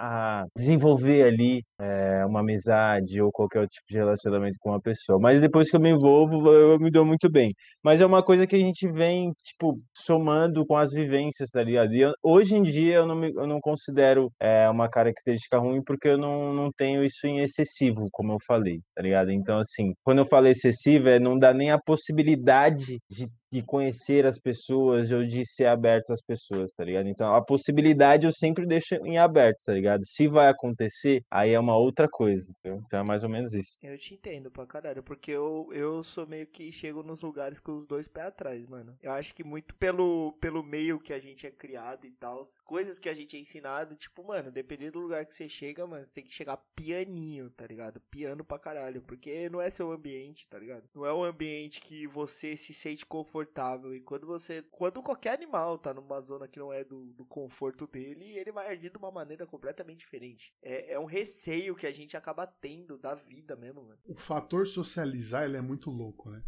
a desenvolver ali é, uma amizade ou qualquer outro tipo de relacionamento com uma pessoa. Mas depois que eu me envolvo, eu me dou muito bem. Mas é uma coisa que a gente vem, tipo, somando com as vivências, tá ligado? E eu- hoje em dia eu não, me, eu não considero é, uma característica ruim porque eu não, não tenho isso em excessivo, como eu falei, tá ligado? Então, assim, quando eu falo excessivo, é não dá nem a possibilidade de de conhecer as pessoas ou de ser aberto às pessoas, tá ligado? Então, a possibilidade eu sempre deixo em aberto, tá ligado? Se vai acontecer, aí é uma outra coisa, entendeu? Então é mais ou menos isso. Eu te entendo pra caralho, porque eu, eu sou meio que chego nos lugares com os dois pés atrás, mano. Eu acho que muito pelo, pelo meio que a gente é criado e tal, coisas que a gente é ensinado, tipo, mano, dependendo do lugar que você chega, mano, você tem que chegar pianinho, tá ligado? Piano pra caralho, porque não é seu ambiente, tá ligado? Não é um ambiente que você se sente confortável, e quando você, quando qualquer animal tá numa zona que não é do, do conforto dele, ele vai agir de uma maneira completamente diferente. É, é um receio que a gente acaba tendo da vida mesmo, mano. O fator socializar, ele é muito louco, né?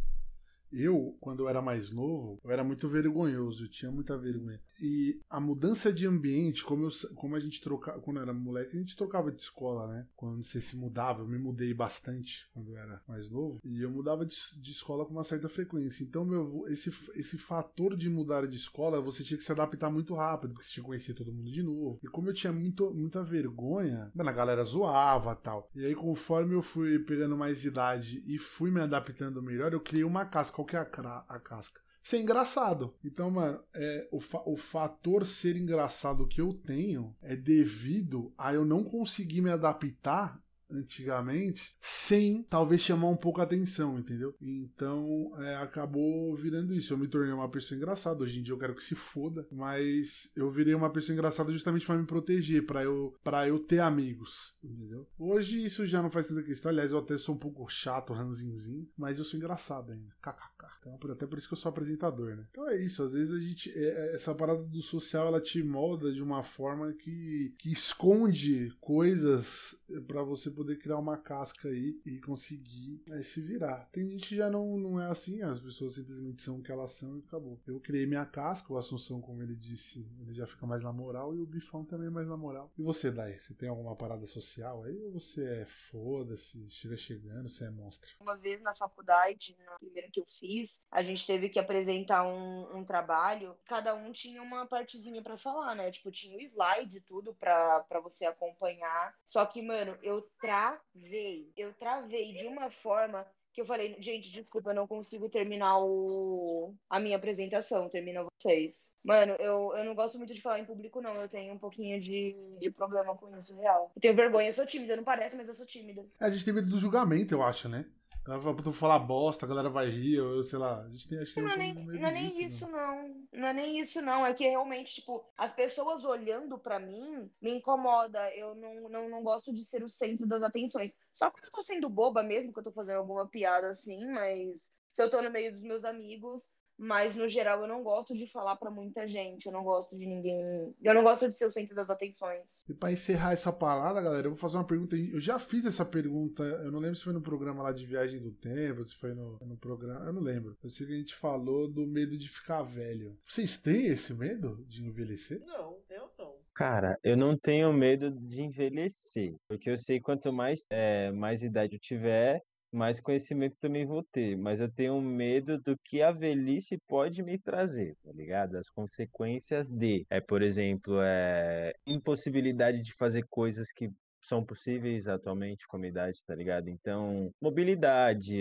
Eu, quando eu era mais novo, eu era muito vergonhoso, eu tinha muita vergonha. E a mudança de ambiente, como, eu, como a gente trocava, quando eu era moleque, a gente trocava de escola, né? Quando você se mudava, eu me mudei bastante quando eu era mais novo, e eu mudava de, de escola com uma certa frequência. Então, meu, esse, esse fator de mudar de escola, você tinha que se adaptar muito rápido, porque você tinha que conhecer todo mundo de novo. E como eu tinha muito, muita vergonha, mano, a galera zoava e tal. E aí, conforme eu fui pegando mais idade e fui me adaptando melhor, eu criei uma casca. Qual que é a, cra- a casca? Ser engraçado. Então, mano, é, o, fa- o fator ser engraçado que eu tenho é devido a eu não conseguir me adaptar antigamente sem talvez chamar um pouco a atenção, entendeu? Então é, acabou virando isso. Eu me tornei uma pessoa engraçada. Hoje em dia eu quero que se foda, mas eu virei uma pessoa engraçada justamente para me proteger, para eu para eu ter amigos, entendeu? Hoje isso já não faz tanta questão. Aliás, eu até sou um pouco chato, ranzinzinho, mas eu sou engraçado ainda. Kkk. Então, até por isso que eu sou apresentador, né? Então é isso. Às vezes a gente é, essa parada do social ela te molda de uma forma que que esconde coisas para você poder criar uma casca aí e conseguir é, se virar. Tem gente que já não, não é assim, as pessoas simplesmente são o que elas são e acabou. Eu criei minha casca, o Assunção, como ele disse, ele já fica mais na moral e o Bifão também mais na moral. E você, Dai? Você tem alguma parada social aí ou você é foda-se, chega chegando, você é monstro? Uma vez na faculdade, na primeira que eu fiz, a gente teve que apresentar um, um trabalho. Cada um tinha uma partezinha pra falar, né? Tipo, tinha o slide e tudo pra, pra você acompanhar. Só que, mano, eu travei. Eu travei de uma forma que eu falei, gente, desculpa, eu não consigo terminar o... a minha apresentação. Termina vocês. Mano, eu, eu não gosto muito de falar em público, não. Eu tenho um pouquinho de, de problema com isso, real. Eu tenho vergonha, eu sou tímida. Não parece, mas eu sou tímida. É, a gente tem medo do julgamento, eu acho, né? Ela fala, "Puta, eu vou falar bosta, a galera vai rir, ou eu sei lá. A gente tem, acho que Não um é pouco nem, de não medo é nem disso, isso, né? não. Não é nem isso, não. É que realmente, tipo, as pessoas olhando pra mim me incomoda. Eu não, não, não gosto de ser o centro das atenções. Só quando eu tô sendo boba mesmo, que eu tô fazendo alguma piada assim, mas se eu tô no meio dos meus amigos. Mas, no geral, eu não gosto de falar pra muita gente. Eu não gosto de ninguém. Eu não gosto de ser o centro das atenções. E pra encerrar essa parada, galera, eu vou fazer uma pergunta. Eu já fiz essa pergunta, eu não lembro se foi no programa lá de Viagem do Tempo, se foi no, no programa, eu não lembro. Eu sei que a gente falou do medo de ficar velho. Vocês têm esse medo de envelhecer? Não, eu não. Cara, eu não tenho medo de envelhecer, porque eu sei quanto mais, é, mais idade eu tiver, mais conhecimento também vou ter. Mas eu tenho medo do que a velhice pode me trazer, tá ligado? As consequências de, é, por exemplo, é, impossibilidade de fazer coisas que são possíveis atualmente com a idade, tá ligado? Então, mobilidade,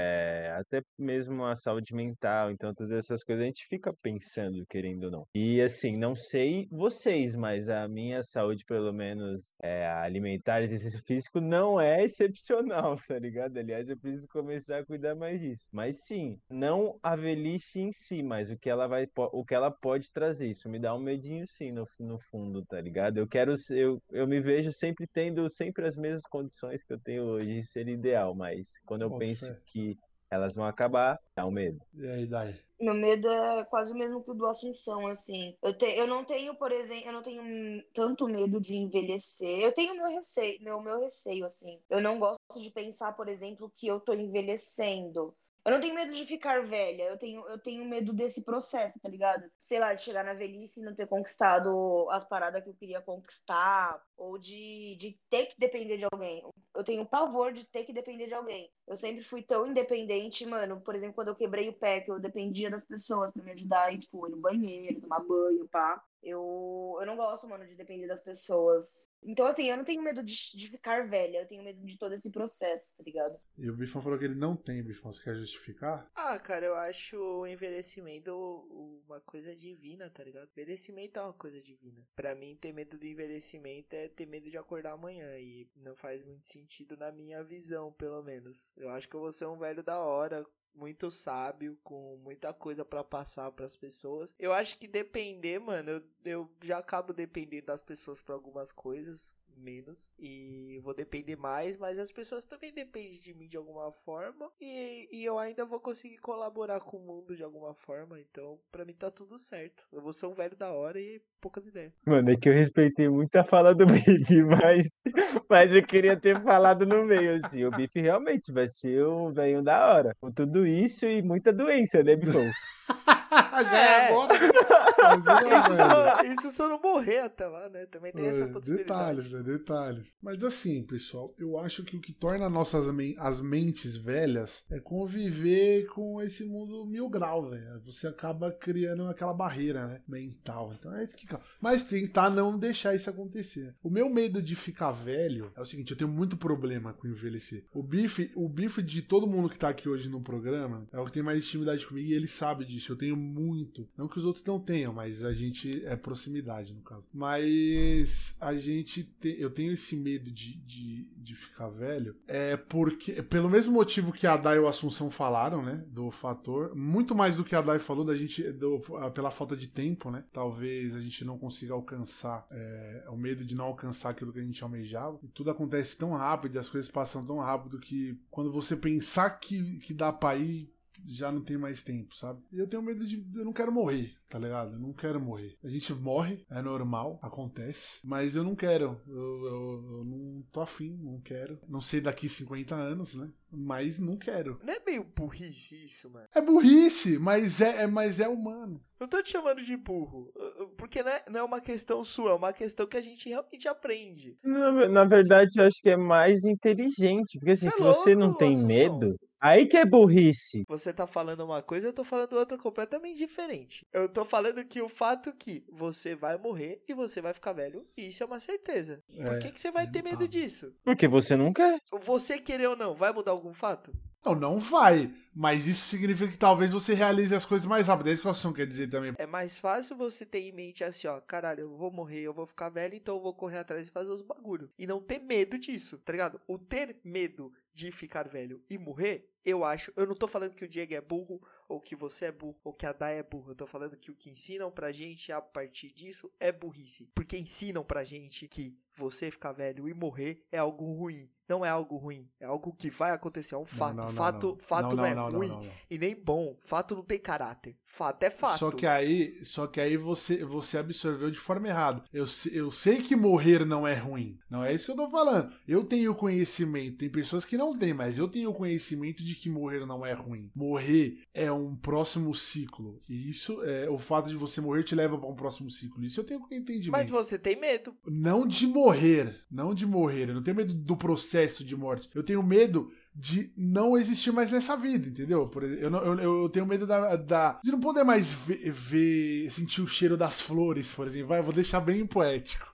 é, até mesmo a saúde mental, então todas essas coisas a gente fica pensando, querendo ou não. E assim, não sei vocês, mas a minha saúde, pelo menos é, alimentar, exercício físico, não é excepcional, tá ligado? Aliás, eu preciso começar a cuidar mais disso. Mas sim, não a velhice em si, mas o que ela vai, po- o que ela pode trazer. Isso me dá um medinho sim no, no fundo, tá ligado? Eu quero, ser- eu, eu me vejo sempre tendo sempre as mesmas condições que eu tenho hoje, seria ideal, mas quando eu Boto penso fé. que elas vão acabar, dá um medo. E aí, Dai? Meu medo é quase o mesmo que o do Assunção, assim. Eu, te, eu não tenho, por exemplo, eu não tenho tanto medo de envelhecer. Eu tenho meu receio, meu, meu receio, assim. Eu não gosto de pensar, por exemplo, que eu tô envelhecendo. Eu não tenho medo de ficar velha, eu tenho, eu tenho medo desse processo, tá ligado? Sei lá, de chegar na velhice e não ter conquistado as paradas que eu queria conquistar, ou de, de ter que depender de alguém. Eu tenho pavor de ter que depender de alguém. Eu sempre fui tão independente, mano. Por exemplo, quando eu quebrei o pé, que eu dependia das pessoas pra me ajudar, e, tipo, ir no banheiro, tomar banho, pá. Eu, eu não gosto, mano, de depender das pessoas. Então, assim, eu não tenho medo de, de ficar velha, eu tenho medo de todo esse processo, tá ligado? E o Bifão falou que ele não tem, Bifão. Você quer justificar? Ah, cara, eu acho o envelhecimento uma coisa divina, tá ligado? Envelhecimento é uma coisa divina. Pra mim, ter medo do envelhecimento é ter medo de acordar amanhã. E não faz muito sentido na minha visão, pelo menos. Eu acho que eu vou ser um velho da hora, muito sábio, com muita coisa pra passar pras pessoas. Eu acho que depender, mano, eu, eu já acabo dependendo das pessoas pra algumas coisas, menos, e vou depender mais, mas as pessoas também dependem de mim de alguma forma, e, e eu ainda vou conseguir colaborar com o mundo de alguma forma, então pra mim tá tudo certo. Eu vou ser um velho da hora e poucas ideias. Mano, é que eu respeitei muito a fala do Bife, mas, mas eu queria ter falado no meio, assim. O Bife realmente vai ser um velho da hora. Com tudo isso e muita doença, né, Bifão? Já é agora. Mas não é, Isso velho. só, isso só não morrer até lá, né? Também tem essa É, possibilidade. detalhes, né? Detalhes. Mas assim, pessoal, eu acho que o que torna nossas men- as mentes velhas é conviver com esse mundo mil grau, velho. Você acaba criando aquela barreira, né? Mental. Então é isso que. Mas tentar não deixar isso acontecer. O meu medo de ficar velho é o seguinte: eu tenho muito problema com envelhecer. O bife, o bife de todo mundo que tá aqui hoje no programa é o que tem mais intimidade comigo e ele sabe disso. Eu tenho muito. Não que os outros não tenham, mas a gente é proximidade, no caso. Mas a gente tem. Eu tenho esse medo de, de, de ficar velho. É porque. Pelo mesmo motivo que a Dai e o Assunção falaram, né? Do fator. Muito mais do que a Dai falou, da gente. Do, pela falta de tempo, né? Talvez a gente não consiga alcançar. É, o medo de não alcançar aquilo que a gente almejava. E tudo acontece tão rápido e as coisas passam tão rápido que quando você pensar que, que dá pra ir, já não tem mais tempo, sabe? E eu tenho medo de... Eu não quero morrer, tá ligado? Eu não quero morrer. A gente morre, é normal, acontece. Mas eu não quero. Eu, eu, eu não tô afim, não quero. Não sei daqui cinquenta anos, né? Mas não quero. Não é meio burrice isso, mano? É burrice, mas é, é, mas é humano. Não tô te chamando de burro, porque não é, não é uma questão sua, é uma questão que a gente realmente aprende. Na, na verdade, eu acho que é mais inteligente. Porque assim, Cê é se você não louco, tem Assunção. medo, aí que é burrice. Você tá falando uma coisa, eu tô falando outra completamente diferente. Eu tô falando que o fato que você vai morrer e você vai ficar velho, isso é uma certeza. É, Por que, que você vai ter medo disso? Porque você não quer. Você querer ou não, vai mudar algum fato? Não, não vai. Mas isso significa que talvez você realize as coisas mais rápido. É isso que o Assunção quer dizer também. É mais fácil você ter em mente assim, ó, caralho, eu vou morrer, eu vou ficar velho, então eu vou correr atrás e fazer os bagulho. E não ter medo disso, tá ligado? O ter medo de ficar velho e morrer, eu acho, eu não tô falando que o Diego é burro, ou que você é burro, ou que a Dai é burro. Eu tô falando que o que ensinam pra gente a partir disso é burrice. Porque ensinam pra gente que você ficar velho e morrer é algo ruim. Não é algo ruim, é algo que vai acontecer, é um fato. Não, não, não, fato não. fato Não, não, é não, não, ruim não, não. e nem bom. Fato não tem caráter. Fato é fato. Só que aí, só que aí você, você absorveu de forma errada. Eu, se- eu sei que morrer não é ruim. Não é isso que eu tô falando. Eu tenho conhecimento. Tem pessoas que não têm, mas eu tenho conhecimento de que morrer não é ruim. Morrer é um próximo ciclo. E isso, é, o fato de você morrer te leva para um próximo ciclo. Isso eu tenho entendimento. Mas você tem medo. Não de morrer. Não de morrer. Eu não tenho medo do processo de morte. Eu tenho medo de não existir mais nessa vida, entendeu? Por exemplo, eu, não- eu, eu tenho medo da, da- de não poder mais ver, ver- sentir o cheiro das flores, por exemplo. Vai, eu vou deixar bem poético.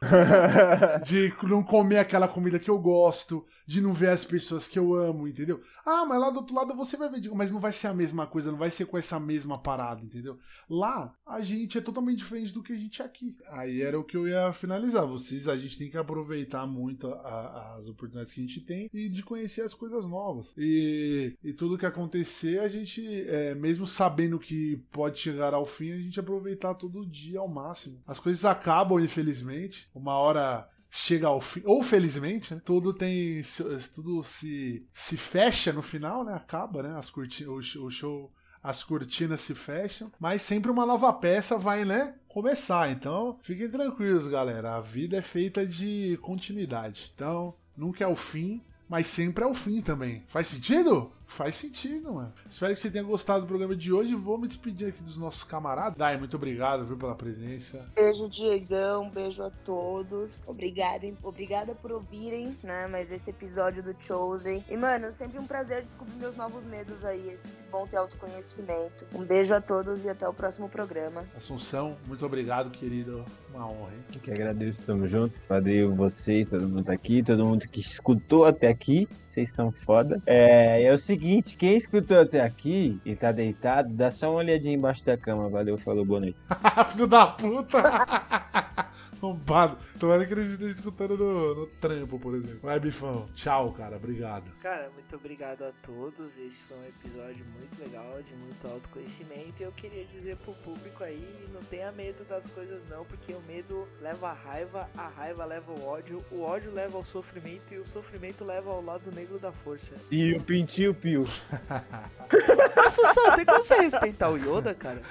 De não comer aquela comida que eu gosto, de não ver as pessoas que eu amo, entendeu? Ah, mas lá do outro lado você vai ver, digo, mas não vai ser a mesma coisa, não vai ser com essa mesma parada, entendeu? Lá, a gente é totalmente diferente do que a gente é aqui. Aí era o que eu ia finalizar. Vocês, a gente tem que aproveitar muito a- a- as oportunidades que a gente tem e de conhecer as coisas novas. E, e tudo que acontecer, a gente, é, mesmo sabendo que pode chegar ao fim, a gente aproveitar todo dia ao máximo. As coisas acabam, infelizmente. Uma hora chega ao fim, ou felizmente, né? Tudo tem, tudo se, se fecha no final, né? Acaba, né? As corti- o, sh- o show, as cortinas se fecham, mas sempre uma nova peça vai, né? Começar. Então, fiquem tranquilos, galera. A vida é feita de continuidade. Então, nunca é o fim, mas sempre é o fim também. Faz sentido? Faz sentido, mano. Espero que você tenha gostado do programa de hoje. Vou me despedir aqui dos nossos camaradas. Dai, muito obrigado, viu, pela presença. Beijo, Diegão. Beijo a todos. Obrigada, hein? Obrigada por ouvirem, né? Mas esse episódio do Chosen. E, mano, sempre um prazer descobrir meus novos medos aí. É sempre bom ter autoconhecimento. Um beijo a todos e até o próximo programa. Assunção, muito obrigado, querido. Uma honra, hein? Eu que agradeço, tamo junto. Valeu vocês, todo mundo tá aqui, todo mundo que escutou até aqui. Vocês são foda. É, é o seguinte, quem escutou até aqui e tá deitado, dá só uma olhadinha embaixo da cama. Valeu, falou, boa noite. Filho da puta! Bombado. Tomara que eles estejam escutando no, no trampo, por exemplo. Vai, Bifão. Tchau, cara. Obrigado. Cara, muito obrigado a todos. Esse foi um episódio muito legal, de muito autoconhecimento. E eu queria dizer pro público aí, não tenha medo das coisas não, porque o medo leva a raiva, a raiva leva o ódio, o ódio leva ao sofrimento e o sofrimento leva ao lado negro da força. E o pintinho pio. Nossa, Sussão, tem como você respeitar o Yoda, cara?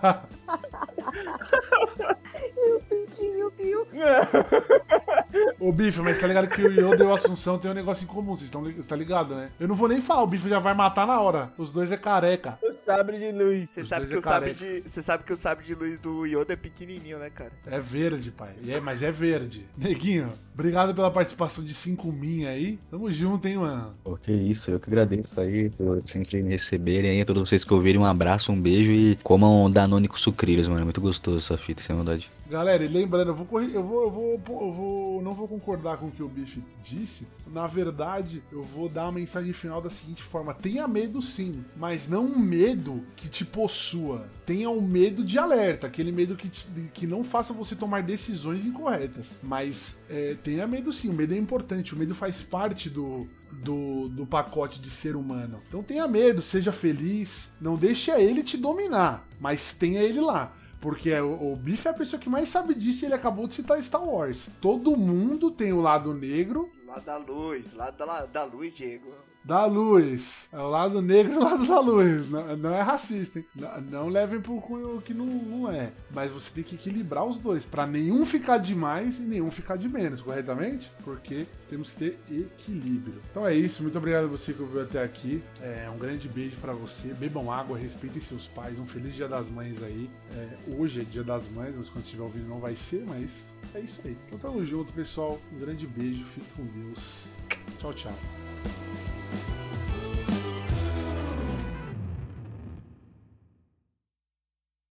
E o pintinho, piu. Ô, Bife, mas tá ligado que o Yoda e o Assunção tem um negócio em comum, vocês estão tá ligado, né? Eu não vou nem falar, o Bife já vai matar na hora. Os dois é careca. O sabre de luz. Você Os sabe, dois que é o sabre careca. de, você sabe que o sabre de luz do Yoda é pequenininho, né, cara? É verde, pai. É, mas é verde. Neguinho, obrigado pela participação de cinco minha aí. Tamo junto, hein, mano. Pô, que isso, eu que agradeço aí por sempre me receberem aí, todos vocês que ouvirem, um abraço, um beijo e comam Danone com sucrilhos, mano, é muito gostoso essa fita, sem maldade. Galera, e lembrando, eu vou, corri- eu vou, eu vou, eu vou, não vou concordar com o que o Bife disse. Na verdade, eu vou dar a mensagem final da seguinte forma: tenha medo sim, mas não um medo que te possua. Tenha um medo de alerta, aquele medo que, te- que não faça você tomar decisões incorretas. Mas é, tenha medo sim, o medo é importante, o medo faz parte do, do, do pacote de ser humano. Então tenha medo, seja feliz, não deixe ele te dominar, mas tenha ele lá. Porque o, o Biff é a pessoa que mais sabe disso e ele acabou de citar Star Wars. Todo mundo tem o lado negro. Lá da luz, lá da, da luz, Diego. Da luz. É o lado negro e o lado da luz. Não, não é racista, hein? Não, não levem pro cunho que não, não é. Mas você tem que equilibrar os dois. Pra nenhum ficar de mais e nenhum ficar de menos, corretamente? Porque temos que ter equilíbrio. Então é isso. Muito obrigado a você que ouviu até aqui. É, um grande beijo pra você. Bebam água, respeitem seus pais. Um feliz Dia das Mães aí. É, hoje é Dia das Mães, mas quando estiver ouvindo não vai ser, mas é isso aí. Então tamo junto, pessoal. Um grande beijo. Fique com Deus. Tchau, tchau.